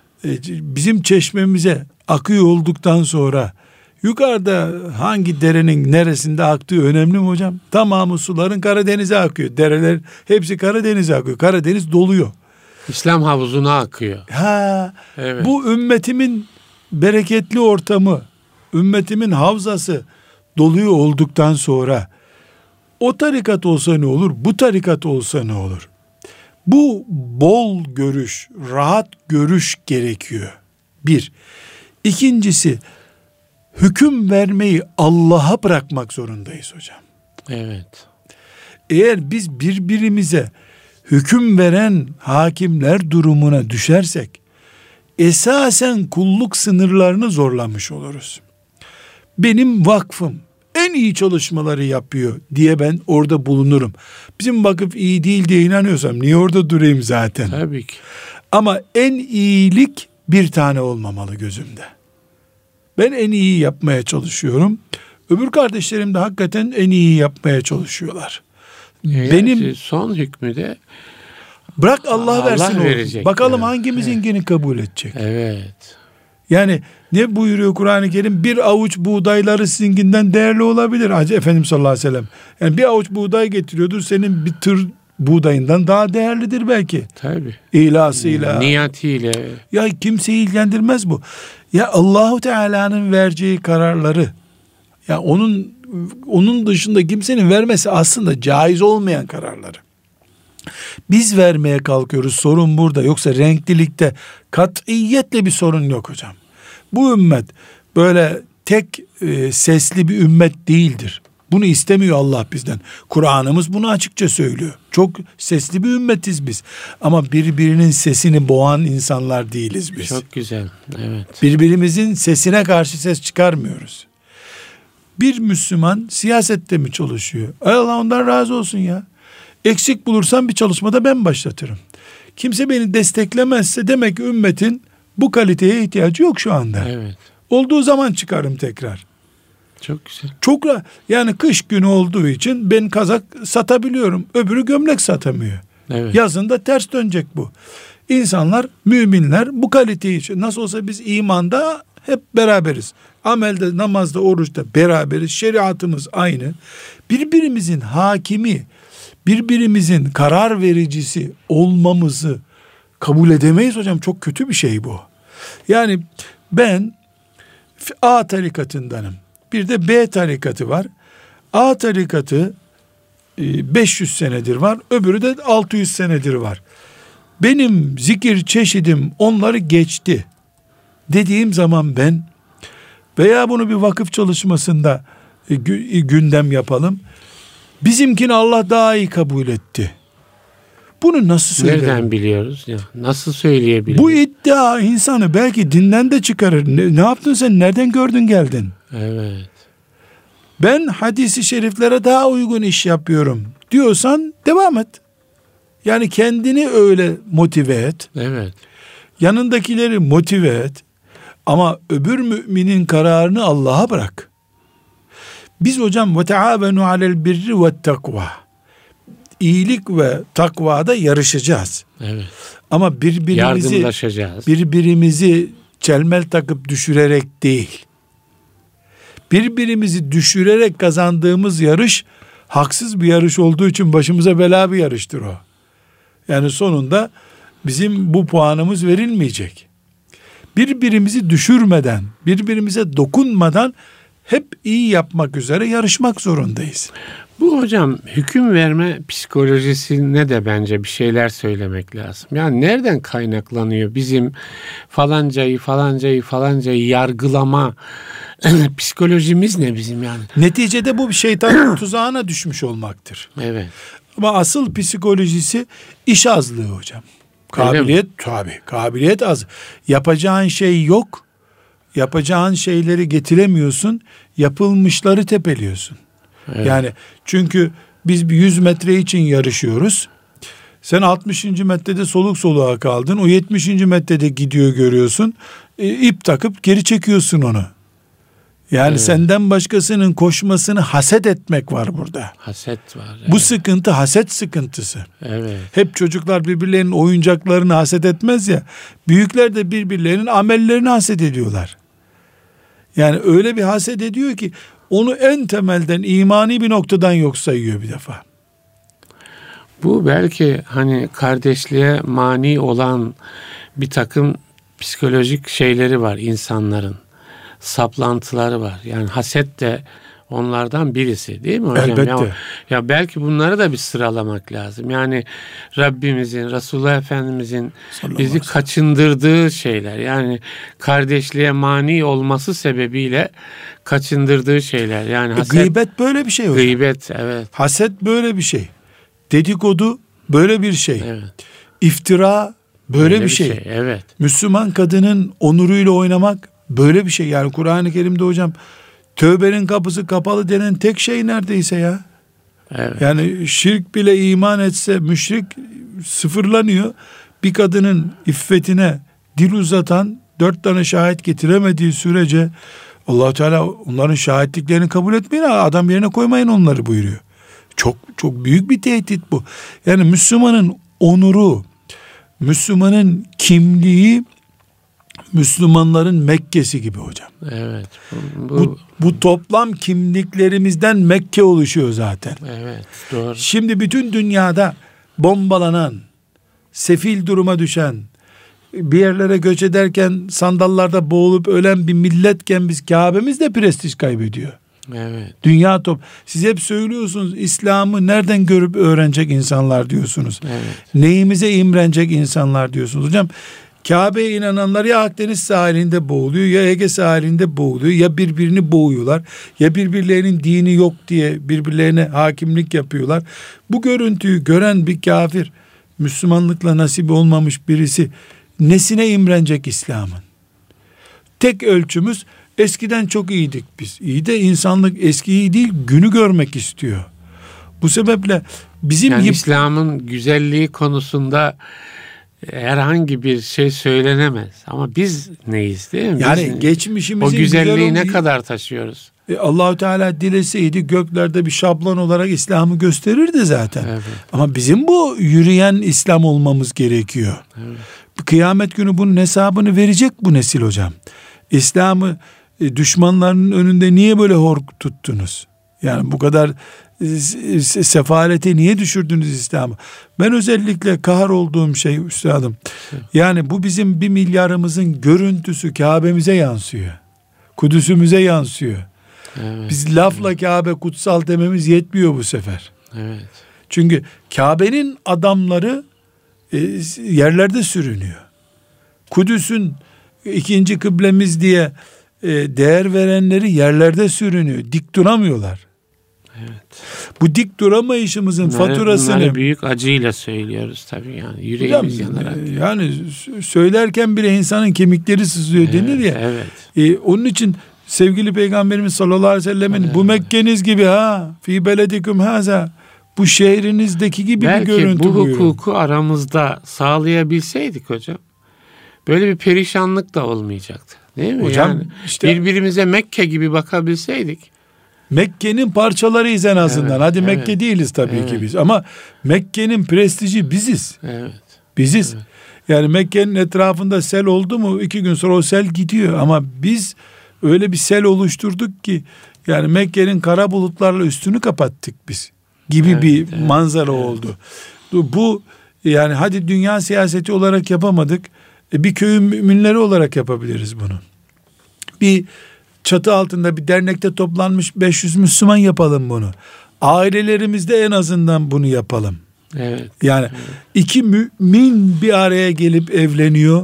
bizim çeşmemize akıyor olduktan sonra yukarıda hangi derenin neresinde aktığı önemli mi hocam? Tamamı suların Karadeniz'e akıyor. Dereler hepsi Karadeniz'e akıyor. Karadeniz doluyor. İslam havuzuna akıyor. Evet. Bu ümmetimin bereketli ortamı, ümmetimin havzası doluyor olduktan sonra o tarikat olsa ne olur, bu tarikat olsa ne olur? Bu bol görüş, rahat görüş gerekiyor. Bir. İkincisi, hüküm vermeyi Allah'a bırakmak zorundayız hocam. Evet. Eğer biz birbirimize hüküm veren hakimler durumuna düşersek, esasen kulluk sınırlarını zorlamış oluruz. Benim vakfım en iyi çalışmaları yapıyor diye ben orada bulunurum. Bizim vakıf iyi değil diye inanıyorsam niye orada durayım zaten? Tabii ki. Ama en iyilik bir tane olmamalı gözümde. Ben en iyi yapmaya çalışıyorum. Öbür kardeşlerim de hakikaten en iyi yapmaya çalışıyorlar. Benim son hükmü de bırak Allah versin verecek. Bakalım hangimizinkini kabul edecek. Evet. Yani ne buyuruyor Kur'an-ı Kerim? Bir avuç buğdayları sizinkinden değerli olabilir. Hacı Efendimiz sallallahu aleyhi ve sellem. Yani bir avuç buğday getiriyordur, senin bir tır buğdayından daha değerlidir belki. Tabii. İlasıyla, niyetiyle. Ya kimseyi ilgilendirmez bu. Ya Allahu Teala'nın vereceği kararları, ya onun dışında kimsenin vermesi aslında caiz olmayan kararları. Biz vermeye kalkıyoruz. Sorun burada. Yoksa renklilikte katiyetle bir sorun yok hocam. Bu ümmet böyle tek sesli bir ümmet değildir. Bunu istemiyor Allah bizden. Kur'an'ımız bunu açıkça söylüyor. Çok sesli bir ümmetiz biz. Ama birbirinin sesini boğan insanlar değiliz biz. Çok güzel. Evet. Birbirimizin sesine karşı ses çıkarmıyoruz. Bir Müslüman siyasette mi çalışıyor? Allah ondan razı olsun ya. Eksik bulursam bir çalışmada ben başlatırım. Kimse beni desteklemezse demek ki ümmetin bu kaliteye ihtiyacı yok şu anda. Evet. Olduğu zaman çıkarım tekrar. Çok güzel. Çok yani kış günü olduğu için ben kazak satabiliyorum. Öbürü gömlek satamıyor. Evet. Yazında ters dönecek bu. İnsanlar, müminler bu kaliteyi için nasıl olsa biz imanda hep beraberiz. Amelde, namazda, oruçta beraberiz. Şeriatımız aynı. Birbirimizin hakimi, birbirimizin karar vericisi olmamızı kabul edemeyiz hocam. Çok kötü bir şey bu. Yani ben A tarikatındanım. Bir de B tarikatı var. A tarikatı 500 senedir var. Öbürü de 600 senedir var. Benim zikir çeşidim onları geçti dediğim zaman ben veya bunu bir vakıf çalışmasında gündem yapalım. Bizimkini Allah daha iyi kabul etti. Bunu nasıl söylerim? Nereden biliyoruz ya? Nasıl söyleyebiliriz? Bu iddia insanı belki dinden de çıkarır. Ne yaptın sen? Nereden gördün geldin? Evet. Ben hadisi şeriflere daha uygun iş yapıyorum diyorsan devam et. Yani kendini öyle motive et. Evet. Yanındakileri motive et. Ama öbür müminin kararını Allah'a bırak. Biz hocam ve teavenu alel birri ve takva. İyilik ve takvada yarışacağız. Evet. Ama birbirimizi çelmel takıp düşürerek değil. Birbirimizi düşürerek kazandığımız yarış haksız bir yarış olduğu için başımıza bela bir yarıştır o. Yani sonunda bizim bu puanımız verilmeyecek. Birbirimizi düşürmeden, birbirimize dokunmadan hep iyi yapmak üzere yarışmak zorundayız. Bu hocam hüküm verme psikolojisine de bence bir şeyler söylemek lazım. Yani nereden kaynaklanıyor bizim falancayı yargılama psikolojimiz ne bizim yani? Neticede bu bir şeytanın tuzağına düşmüş olmaktır. Evet. Ama asıl psikolojisi iş azlığı hocam. Kabiliyet az. Yapacağın şey yok. Yapacağın şeyleri getiremiyorsun. Yapılmışları tepeliyorsun. Evet. Yani çünkü biz bir 100 metre için yarışıyoruz. Sen 60. metrede soluk soluğa kaldın. O 70. metrede gidiyor görüyorsun. İp takıp geri çekiyorsun onu. Yani evet. Senden başkasının koşmasını haset etmek var burada. Haset var. Evet. Bu sıkıntı haset sıkıntısı. Evet. Hep çocuklar birbirlerinin oyuncaklarını haset etmez ya. Büyükler de birbirlerinin amellerini haset ediyorlar. Yani öyle bir haset ediyor ki onu en temelden imani bir noktadan yok sayıyor bir defa. Bu belki hani kardeşliğe mani olan bir takım psikolojik şeyleri var insanların. Saplantıları var. Yani haset de onlardan birisi değil mi hocam? Elbette. Ya belki bunları da bir sıralamak lazım. Yani Rabbimizin, Resulullah Efendimizin bizi kaçındırdığı şeyler. Yani kardeşliğe mani olması sebebiyle kaçındırdığı şeyler. Yani haset, gıybet böyle bir şey hocam. Gıybet, evet. Haset böyle bir şey. Dedikodu böyle bir şey. Evet. İftira böyle bir şey. Evet. Müslüman kadının onuruyla oynamak böyle bir şey. Yani Kur'an-ı Kerim'de hocam tövbenin kapısı kapalı denen tek şey neredeyse ya. Evet. Yani şirk bile iman etse müşrik sıfırlanıyor. Bir kadının iffetine dil uzatan 4 tane şahit getiremediği sürece Allah Teala onların şahitliklerini kabul etmeyin, adam yerine koymayın onları buyuruyor. Çok çok büyük bir tehdit bu. Yani Müslümanın onuru, Müslümanın kimliği Müslümanların Mekke'si gibi hocam. Evet. Bu toplam kimliklerimizden Mekke oluşuyor zaten. Evet, doğru. Şimdi bütün dünyada bombalanan, sefil duruma düşen, bir yerlere göç ederken sandallarda boğulup ölen bir milletken biz Kabe'miz de prestij kaybediyor. Evet. Dünya siz hep söylüyorsunuz, İslam'ı nereden görüp öğrenecek insanlar diyorsunuz. Evet. Neyimize imrenecek insanlar diyorsunuz. Hocam, Kabe'ye inananlar ya Akdeniz sahilinde boğuluyor, ya Ege sahilinde boğuluyor, ya birbirini boğuyorlar, ya birbirlerinin dini yok diye birbirlerine hakimlik yapıyorlar. Bu görüntüyü gören bir kafir, Müslümanlıkla nasip olmamış birisi nesine imrenecek İslam'ın? Tek ölçümüz, eskiden çok iyiydik biz. İyi de insanlık eski iyi değil, günü görmek istiyor. Bu sebeple bizim yani İslam'ın güzelliği konusunda herhangi bir şey söylenemez. Ama biz neyiz, değil mi? Yani biz, geçmişimizin o güzelliği güzel ne kadar taşıyoruz? Allah-u Teala dileseydi göklerde bir şablon olarak İslam'ı gösterirdi zaten. Evet. Ama bizim bu yürüyen İslam olmamız gerekiyor. Evet. Kıyamet günü bunun hesabını verecek bu nesil hocam. İslam'ı düşmanlarının önünde niye böyle hor tuttunuz? Yani bu kadar sefalete niye düşürdünüz İslam'ı? Ben özellikle kahrolduğum şey üstadım. Yani bu bizim 1 milyarımızın görüntüsü Kabe'mize yansıyor. Kudüs'ümüze yansıyor. Evet. Biz lafla Kabe kutsal dememiz yetmiyor bu sefer. Evet. Çünkü Kabe'nin adamları yerlerde sürünüyor. Kudüs'ün ikinci kıblemiz diye değer verenleri yerlerde sürünüyor. Dik duramıyorlar. Evet. Bu dik duramayışımızın faturasını bunları büyük acıyla söylüyoruz tabii, yani yüreğimiz yanarak. Yani söylerken bile insanın kemikleri sızlıyor denir ya. Evet. Onun için sevgili Peygamberimiz sallallahu aleyhi ve sellemin bu Mekke'niz gibi fi beledikum haza, bu şehrinizdeki gibi belki bir görüntü bu buyurun. hukuku aramızda sağlayabilseydik hocam, böyle bir perişanlık da olmayacaktı. Değil mi? Hocam, yani işte birbirimize Mekke gibi bakabilseydik. Mekke'nin parçalarıyız en azından. Evet, Hadi evet, Mekke değiliz tabii evet. ki biz. Ama Mekke'nin prestiji biziz. Evet. Biziz. Evet. Yani Mekke'nin etrafında sel oldu mu 2 gün sonra o sel gidiyor. Ama biz öyle bir sel oluşturduk ki yani Mekke'nin kara bulutlarla üstünü kapattık biz gibi Evet, bir evet, manzara evet. oldu. Bu yani hadi dünya siyaseti olarak yapamadık. Bir köyün müminleri olarak yapabiliriz bunu. Bir çatı altında bir dernekte toplanmış 500 Müslüman yapalım bunu. Ailelerimizde en azından bunu yapalım. Evet. Yani evet. 2 mümin bir araya gelip evleniyor.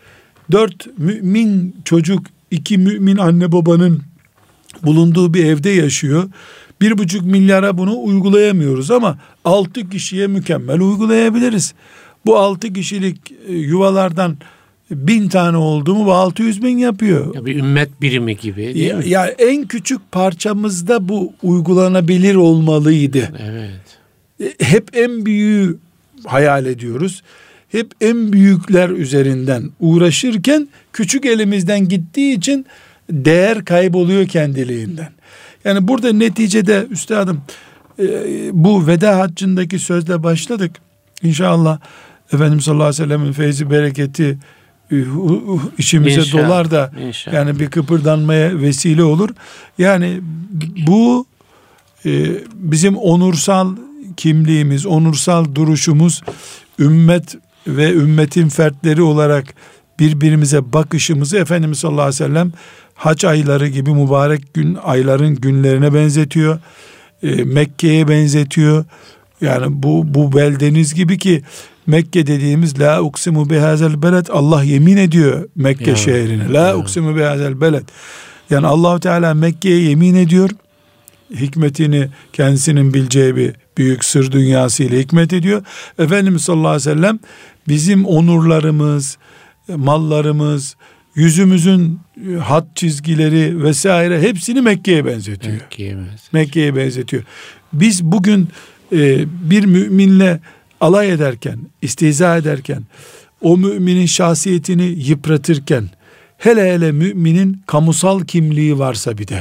4 mümin çocuk 2 mümin anne babanın bulunduğu bir evde yaşıyor. 1,5 milyara bunu uygulayamıyoruz ama 6 kişiye mükemmel uygulayabiliriz. Bu 6 kişilik yuvalardan 1000 tane oldu mu bu 600.000 yapıyor. Ya bir ümmet birimi gibi değil mi? Ya en küçük parçamızda bu uygulanabilir olmalıydı. Evet. Hep en büyüğü hayal ediyoruz. Hep en büyükler üzerinden uğraşırken küçük elimizden gittiği için değer kayboluyor kendiliğinden. Yani burada neticede üstadım bu veda haccındaki sözle başladık. İnşallah Efendimiz sallallahu aleyhi ve sellem'in feyzi bereketi içimize İnşallah, dolar da inşallah. yani bir kıpırdanmaya vesile olur. Yani bu bizim onursal kimliğimiz, onursal duruşumuz, ümmet ve ümmetin fertleri olarak birbirimize bakışımızı Efendimiz sallallahu aleyhi ve sellem hac ayları gibi mübarek ayların günlerine benzetiyor. Mekke'ye benzetiyor. Yani bu beldeniz gibi ki Mekke dediğimiz la uksimu bihazel beled, Allah yemin ediyor Mekke şehrine. La uksimu bihazel beled. Yani Allah Teala Mekke'ye yemin ediyor. Hikmetini kendisinin bileceği bir büyük sır dünyası ile hikmet ediyor. Efendimiz sallallahu aleyhi ve sellem bizim onurlarımız, mallarımız, yüzümüzün hat çizgileri vesaire hepsini Mekke'ye benzetiyor. Mekke'ye benzetiyor. Biz bugün bir müminle alay ederken, istihza ederken, o müminin şahsiyetini yıpratırken, hele müminin kamusal kimliği varsa bir de,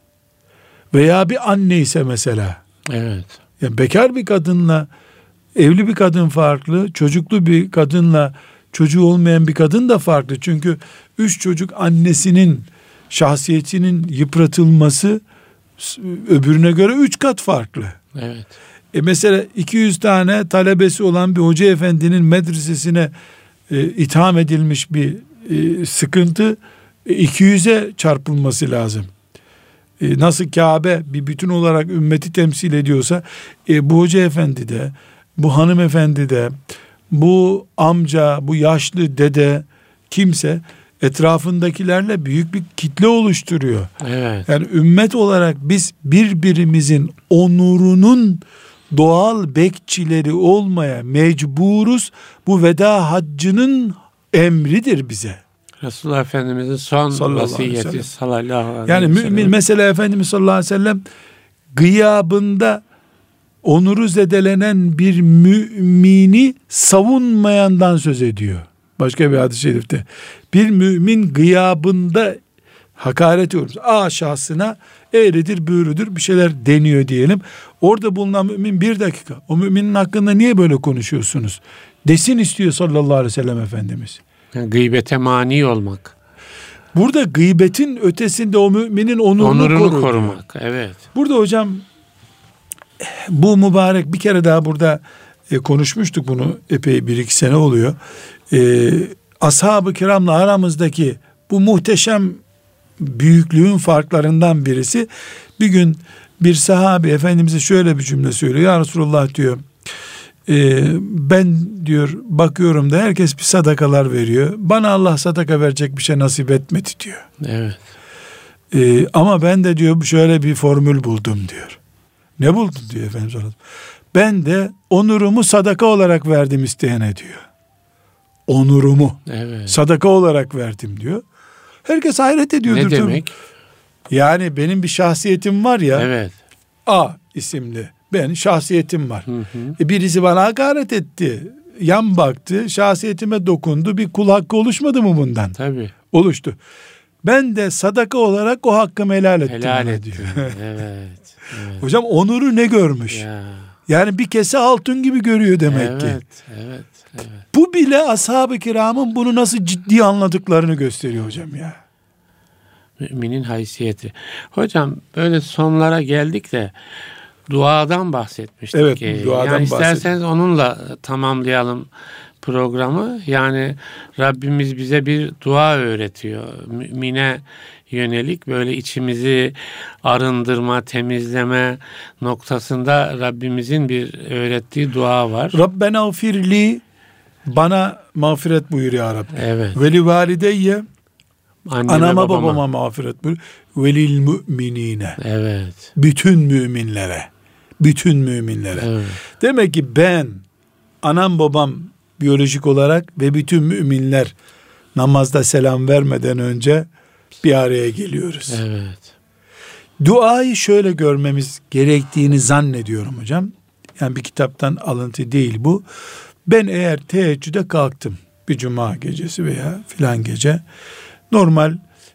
veya bir anne ise mesela, evet. Yani bekar bir kadınla evli bir kadın farklı, çocuklu bir kadınla çocuğu olmayan bir kadın da farklı. Çünkü 3 çocuk annesinin şahsiyetinin yıpratılması öbürüne göre 3 kat farklı. Evet. Mesela 200 tane talebesi olan bir hoca efendinin medresesine itham edilmiş bir sıkıntı 200'e çarpılması lazım. nasıl Kabe bir bütün olarak ümmeti temsil ediyorsa, bu hoca efendi de, bu hanımefendi de, bu amca, bu yaşlı dede, kimse etrafındakilerle büyük bir kitle oluşturuyor. Evet. Yani ümmet olarak biz birbirimizin onurunun doğal bekçileri olmaya mecburuz. Bu veda haccının emridir bize. Resulullah Efendimiz'in son vasiyeti sallallahu aleyhi ve sellem. Yani mümin mesela Efendimiz sallallahu aleyhi ve sellem gıyabında onuru zedelenen bir mümini savunmayandan söz ediyor. Başka bir hadis-i şerifte. Bir mümin gıyabında hakaret ediyoruz. Şahsına eğridir, büğrüdür bir şeyler deniyor diyelim. Orada bulunan mümin bir dakika. O müminin hakkında niye böyle konuşuyorsunuz? Desin istiyor sallallahu aleyhi ve sellem Efendimiz. Yani gıybete mani olmak. Burada gıybetin ötesinde o müminin onurunu korumak. Evet. Burada hocam bu mübarek bir kere daha burada konuşmuştuk bunu, epey 1-2 sene oluyor. Ashab-ı kiramla aramızdaki bu muhteşem büyüklüğün farklarından birisi, bir gün bir sahabi Efendimiz'e şöyle bir cümle söylüyor. Ya Resulullah diyor, ben diyor bakıyorum da herkes bir sadakalar veriyor. Bana Allah sadaka verecek bir şey nasip etmedi diyor. Evet. Ama ben de diyor şöyle bir formül buldum diyor. Ne buldun diyor Efendimiz. Ben de onurumu sadaka olarak verdim isteyene diyor. Onurumu sadaka olarak verdim diyor. Herkes hayret ediyordur. Ne demek? Yani benim bir şahsiyetim var ya. Evet. A isimli. Ben şahsiyetim var. Birisi bana hakaret etti. Yan baktı. Şahsiyetime dokundu. Bir kul hakkı oluşmadı mı bundan? Tabii. Oluştu. Ben de sadaka olarak o hakkımı helal ettim. Helal ettim. Diyor. Evet. Hocam onuru ne görmüş? Ya. Yani bir kese altın gibi görüyor demek ki. Evet. Bu bile ashab-ı kiramın bunu nasıl ciddi anladıklarını gösteriyor hocam ya. Müminin haysiyeti. Hocam böyle sonlara geldik de duadan bahsetmiştik. Evet, duadan yani isterseniz onunla tamamlayalım programı. Yani Rabbimiz bize bir dua öğretiyor. Mümine yönelik böyle içimizi arındırma, temizleme noktasında Rabbimizin bir öğrettiği dua var. Rabbena ufirli, bana mağfiret buyur ya Rabbi. Evet. Veli valideyye, anama babama mağfiret buyur. Velil müminine. Evet. Bütün müminlere. Bütün müminlere. Evet. Demek ki ben, anam babam biyolojik olarak ve bütün müminler namazda selam vermeden önce bir araya geliyoruz. Evet. Duayı şöyle görmemiz gerektiğini zannediyorum hocam. Yani bir kitaptan alıntı değil bu. Ben eğer teheccüde kalktım bir cuma gecesi veya filan gece, normal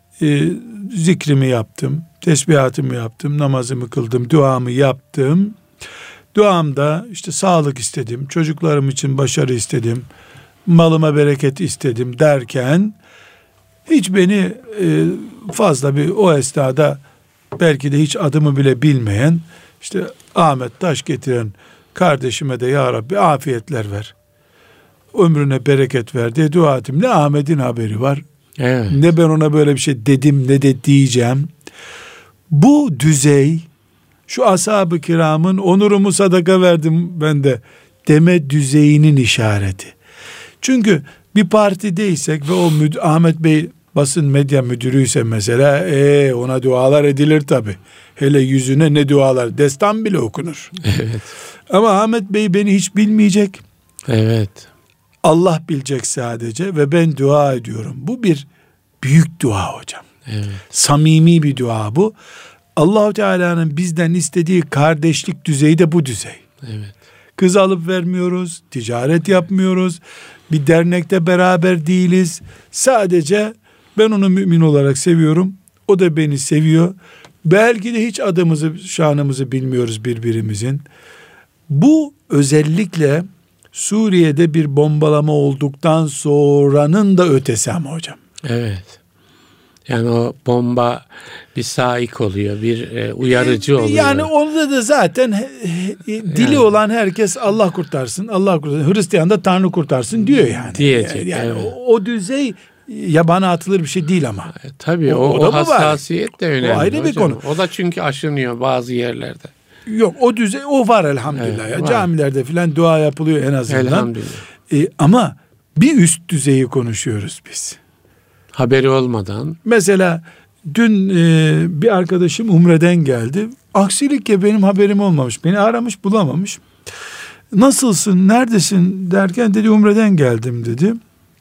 zikrimi yaptım, tesbihatımı yaptım, namazımı kıldım, duamı yaptım. Duamda işte sağlık istedim, çocuklarım için başarı istedim, malıma bereket istedim derken hiç beni fazla bir o esnada belki de hiç adımı bile bilmeyen işte Ahmet Taş getiren kardeşime de ya Rabbi afiyetler ver, ömrüne bereket ver diye dua ettim. Ne Ahmet'in haberi var, evet, ne ben ona böyle bir şey dedim ne de diyeceğim. Bu düzey şu ashab-ı kiramın onurumu sadaka verdim ben de deme düzeyinin işareti. Çünkü bir partideysek ve o Ahmet Bey basın medya müdürüyse mesela ona dualar edilir tabi. Hele yüzüne ne dualar, destan bile okunur. Evet. Ama Ahmet Bey beni hiç bilmeyecek. Evet. Allah bilecek sadece ve ben dua ediyorum. Bu bir büyük dua hocam. Evet. Samimi bir dua bu. Allah-u Teala'nın bizden istediği kardeşlik düzeyi de bu düzey. Evet. Kız alıp vermiyoruz, ticaret yapmıyoruz, bir dernekte beraber değiliz. Sadece ben onu mümin olarak seviyorum, o da beni seviyor. Belki de hiç adımızı, şanımızı bilmiyoruz birbirimizin. Bu özellikle Suriye'de bir bombalama olduktan sonranın da ötesi ama hocam. Evet. Yani o bomba bir saik oluyor, bir uyarıcı oluyor. Yani onda da zaten dili olan herkes Allah kurtarsın, Allah kurtarsın. Hristiyan da Tanrı kurtarsın diyor yani. Diyecek. Yani evet. o düzey yabana atılır bir şey değil ama. Tabii o hassasiyet de önemli. O ayrı hocam. Bir konu. O da çünkü aşınıyor bazı yerlerde. Yok, o düzey o var elhamdülillah. Evet, ya. Var. Camilerde filan dua yapılıyor en azından. Elhamdülillah. Ama bir üst düzeyi konuşuyoruz biz. Haberi olmadan. Mesela dün bir arkadaşım Umre'den geldi. Aksilik ya, benim haberim olmamış. Beni aramış, bulamamış. Nasılsın, neredesin derken dedi Umre'den geldim dedi.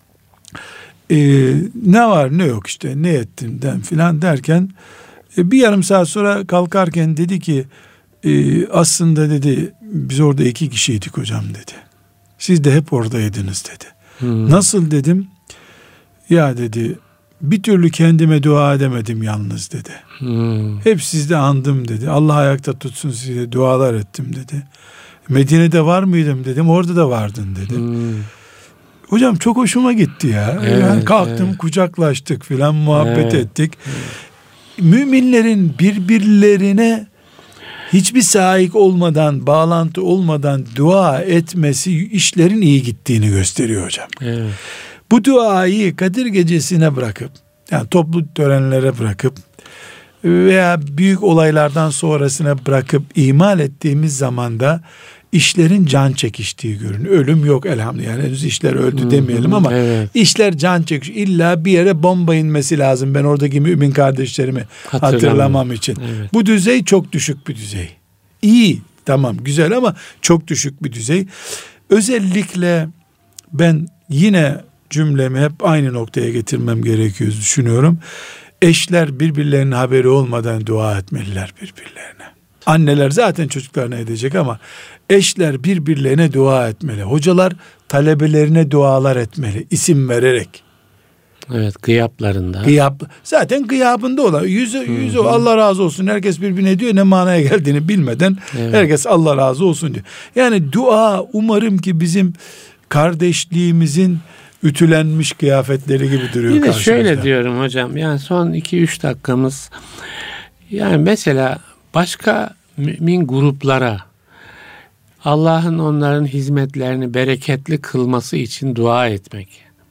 Ne var ne yok işte, ne ettin filan derken bir yarım saat sonra kalkarken dedi ki aslında dedi biz orada 2 kişiydik hocam dedi. Siz de hep oradaydınız dedi. Nasıl dedim. Ya dedi bir türlü kendime dua edemedim yalnız dedi. Hep sizde andım dedi. Allah ayakta tutsun size, dualar ettim dedi. Medine'de var mıydım dedim. Orada da vardın dedi. Hocam çok hoşuma gitti ya. Evet, yani kalktım, kucaklaştık filan, muhabbet ettik. Müminlerin birbirlerine hiçbir sahip olmadan, bağlantı olmadan dua etmesi işlerin iyi gittiğini gösteriyor hocam. Evet. Bu duayı Kadir Gecesi'ne bırakıp, yani toplu törenlere bırakıp veya büyük olaylardan sonrasına bırakıp ihmal ettiğimiz zaman da işlerin can çekiştiği görünüyor. Ölüm yok elhamdülillah. Yani henüz işler öldü demeyelim ama işler can çekişiyor. İlla bir yere bomba inmesi lazım. Ben oradaki mümin kardeşlerimi hatırlamam için. Evet. Bu düzey çok düşük bir düzey. İyi, tamam, güzel ama çok düşük bir düzey. Özellikle ben yine cümlemi hep aynı noktaya getirmem gerekiyor düşünüyorum. Eşler birbirlerinin haberi olmadan dua etmeliler birbirlerine. Anneler zaten çocuklarına edecek ama eşler birbirlerine dua etmeli. Hocalar talebelerine dualar etmeli, isim vererek. Evet, gıyaplarında. Zaten gıyabında olan yüzü Allah razı olsun. Herkes birbirine diyor, ne manaya geldiğini bilmeden herkes Allah razı olsun diyor. Yani dua, umarım ki bizim kardeşliğimizin ütülenmiş kıyafetleri gibi duruyor karşımızda. Bir de şöyle diyorum hocam, yani son 2-3 dakikamız, yani mesela başka mümin gruplara Allah'ın onların hizmetlerini bereketli kılması için dua etmek.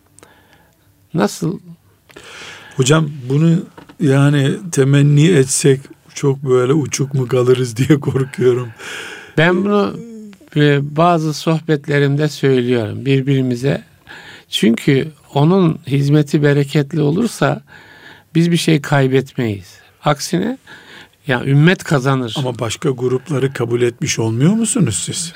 Nasıl? Hocam bunu yani temenni etsek çok böyle uçuk mu kalırız diye korkuyorum. Ben bunu bazı sohbetlerimde söylüyorum birbirimize. Çünkü onun hizmeti bereketli olursa biz bir şey kaybetmeyiz. Aksine ya ümmet kazanır. Ama başka grupları kabul etmiş olmuyor musunuz siz?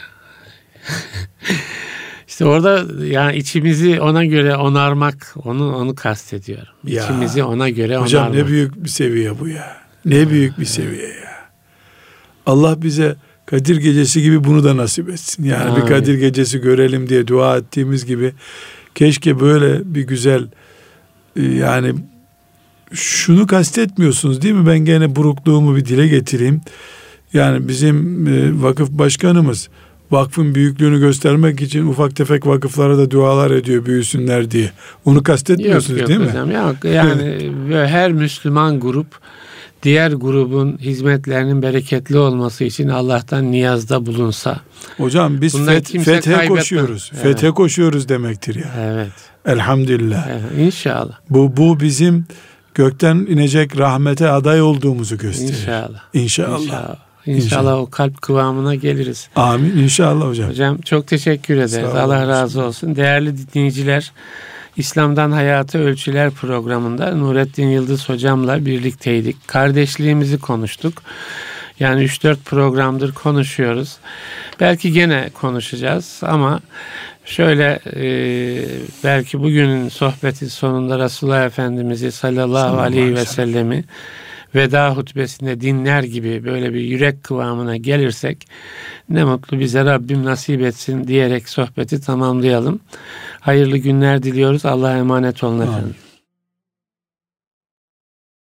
İşte orada yani içimizi ona göre onarmak, onu kastediyorum. Ya, İçimizi ona göre hocam onarmak. Ne büyük bir seviye bu ya. Ne büyük bir seviye ya. Allah bize Kadir Gecesi gibi bunu da nasip etsin. Yani Amin. Bir Kadir Gecesi görelim diye dua ettiğimiz gibi keşke böyle bir güzel, yani şunu kastetmiyorsunuz değil mi? Ben gene burukluğumu bir dile getireyim. Yani bizim vakıf başkanımız vakfın büyüklüğünü göstermek için ufak tefek vakıflara da dualar ediyor büyüsünler diye. Onu kastetmiyorsunuz yok, değil mi? Hocam, yok. Yani her Müslüman grup diğer grubun hizmetlerinin bereketli olması için Allah'tan niyazda bulunsa. Hocam biz fethe koşuyoruz. Evet. Fethe koşuyoruz demektir ya. Evet. Elhamdülillah. Evet, İnşallah. Bu bizim gökten inecek rahmete aday olduğumuzu gösteriyor. İnşallah o kalp kıvamına geliriz. Amin. İnşallah hocam. Hocam çok teşekkür ederiz. Allah razı olsun. Değerli dinleyiciler, İslam'dan Hayata Ölçüler programında Nurettin Yıldız hocamla birlikteydik. Kardeşliğimizi konuştuk. Yani 3-4 programdır konuşuyoruz. Belki gene konuşacağız ama şöyle belki bugünün sohbetin sonunda Resulullah Efendimiz'i sallallahu aleyhi ve sellemi veda hutbesinde dinler gibi böyle bir yürek kıvamına gelirsek ne mutlu bize, Rabbim nasip etsin diyerek sohbeti tamamlayalım. Hayırlı günler diliyoruz. Allah'a emanet olun efendim.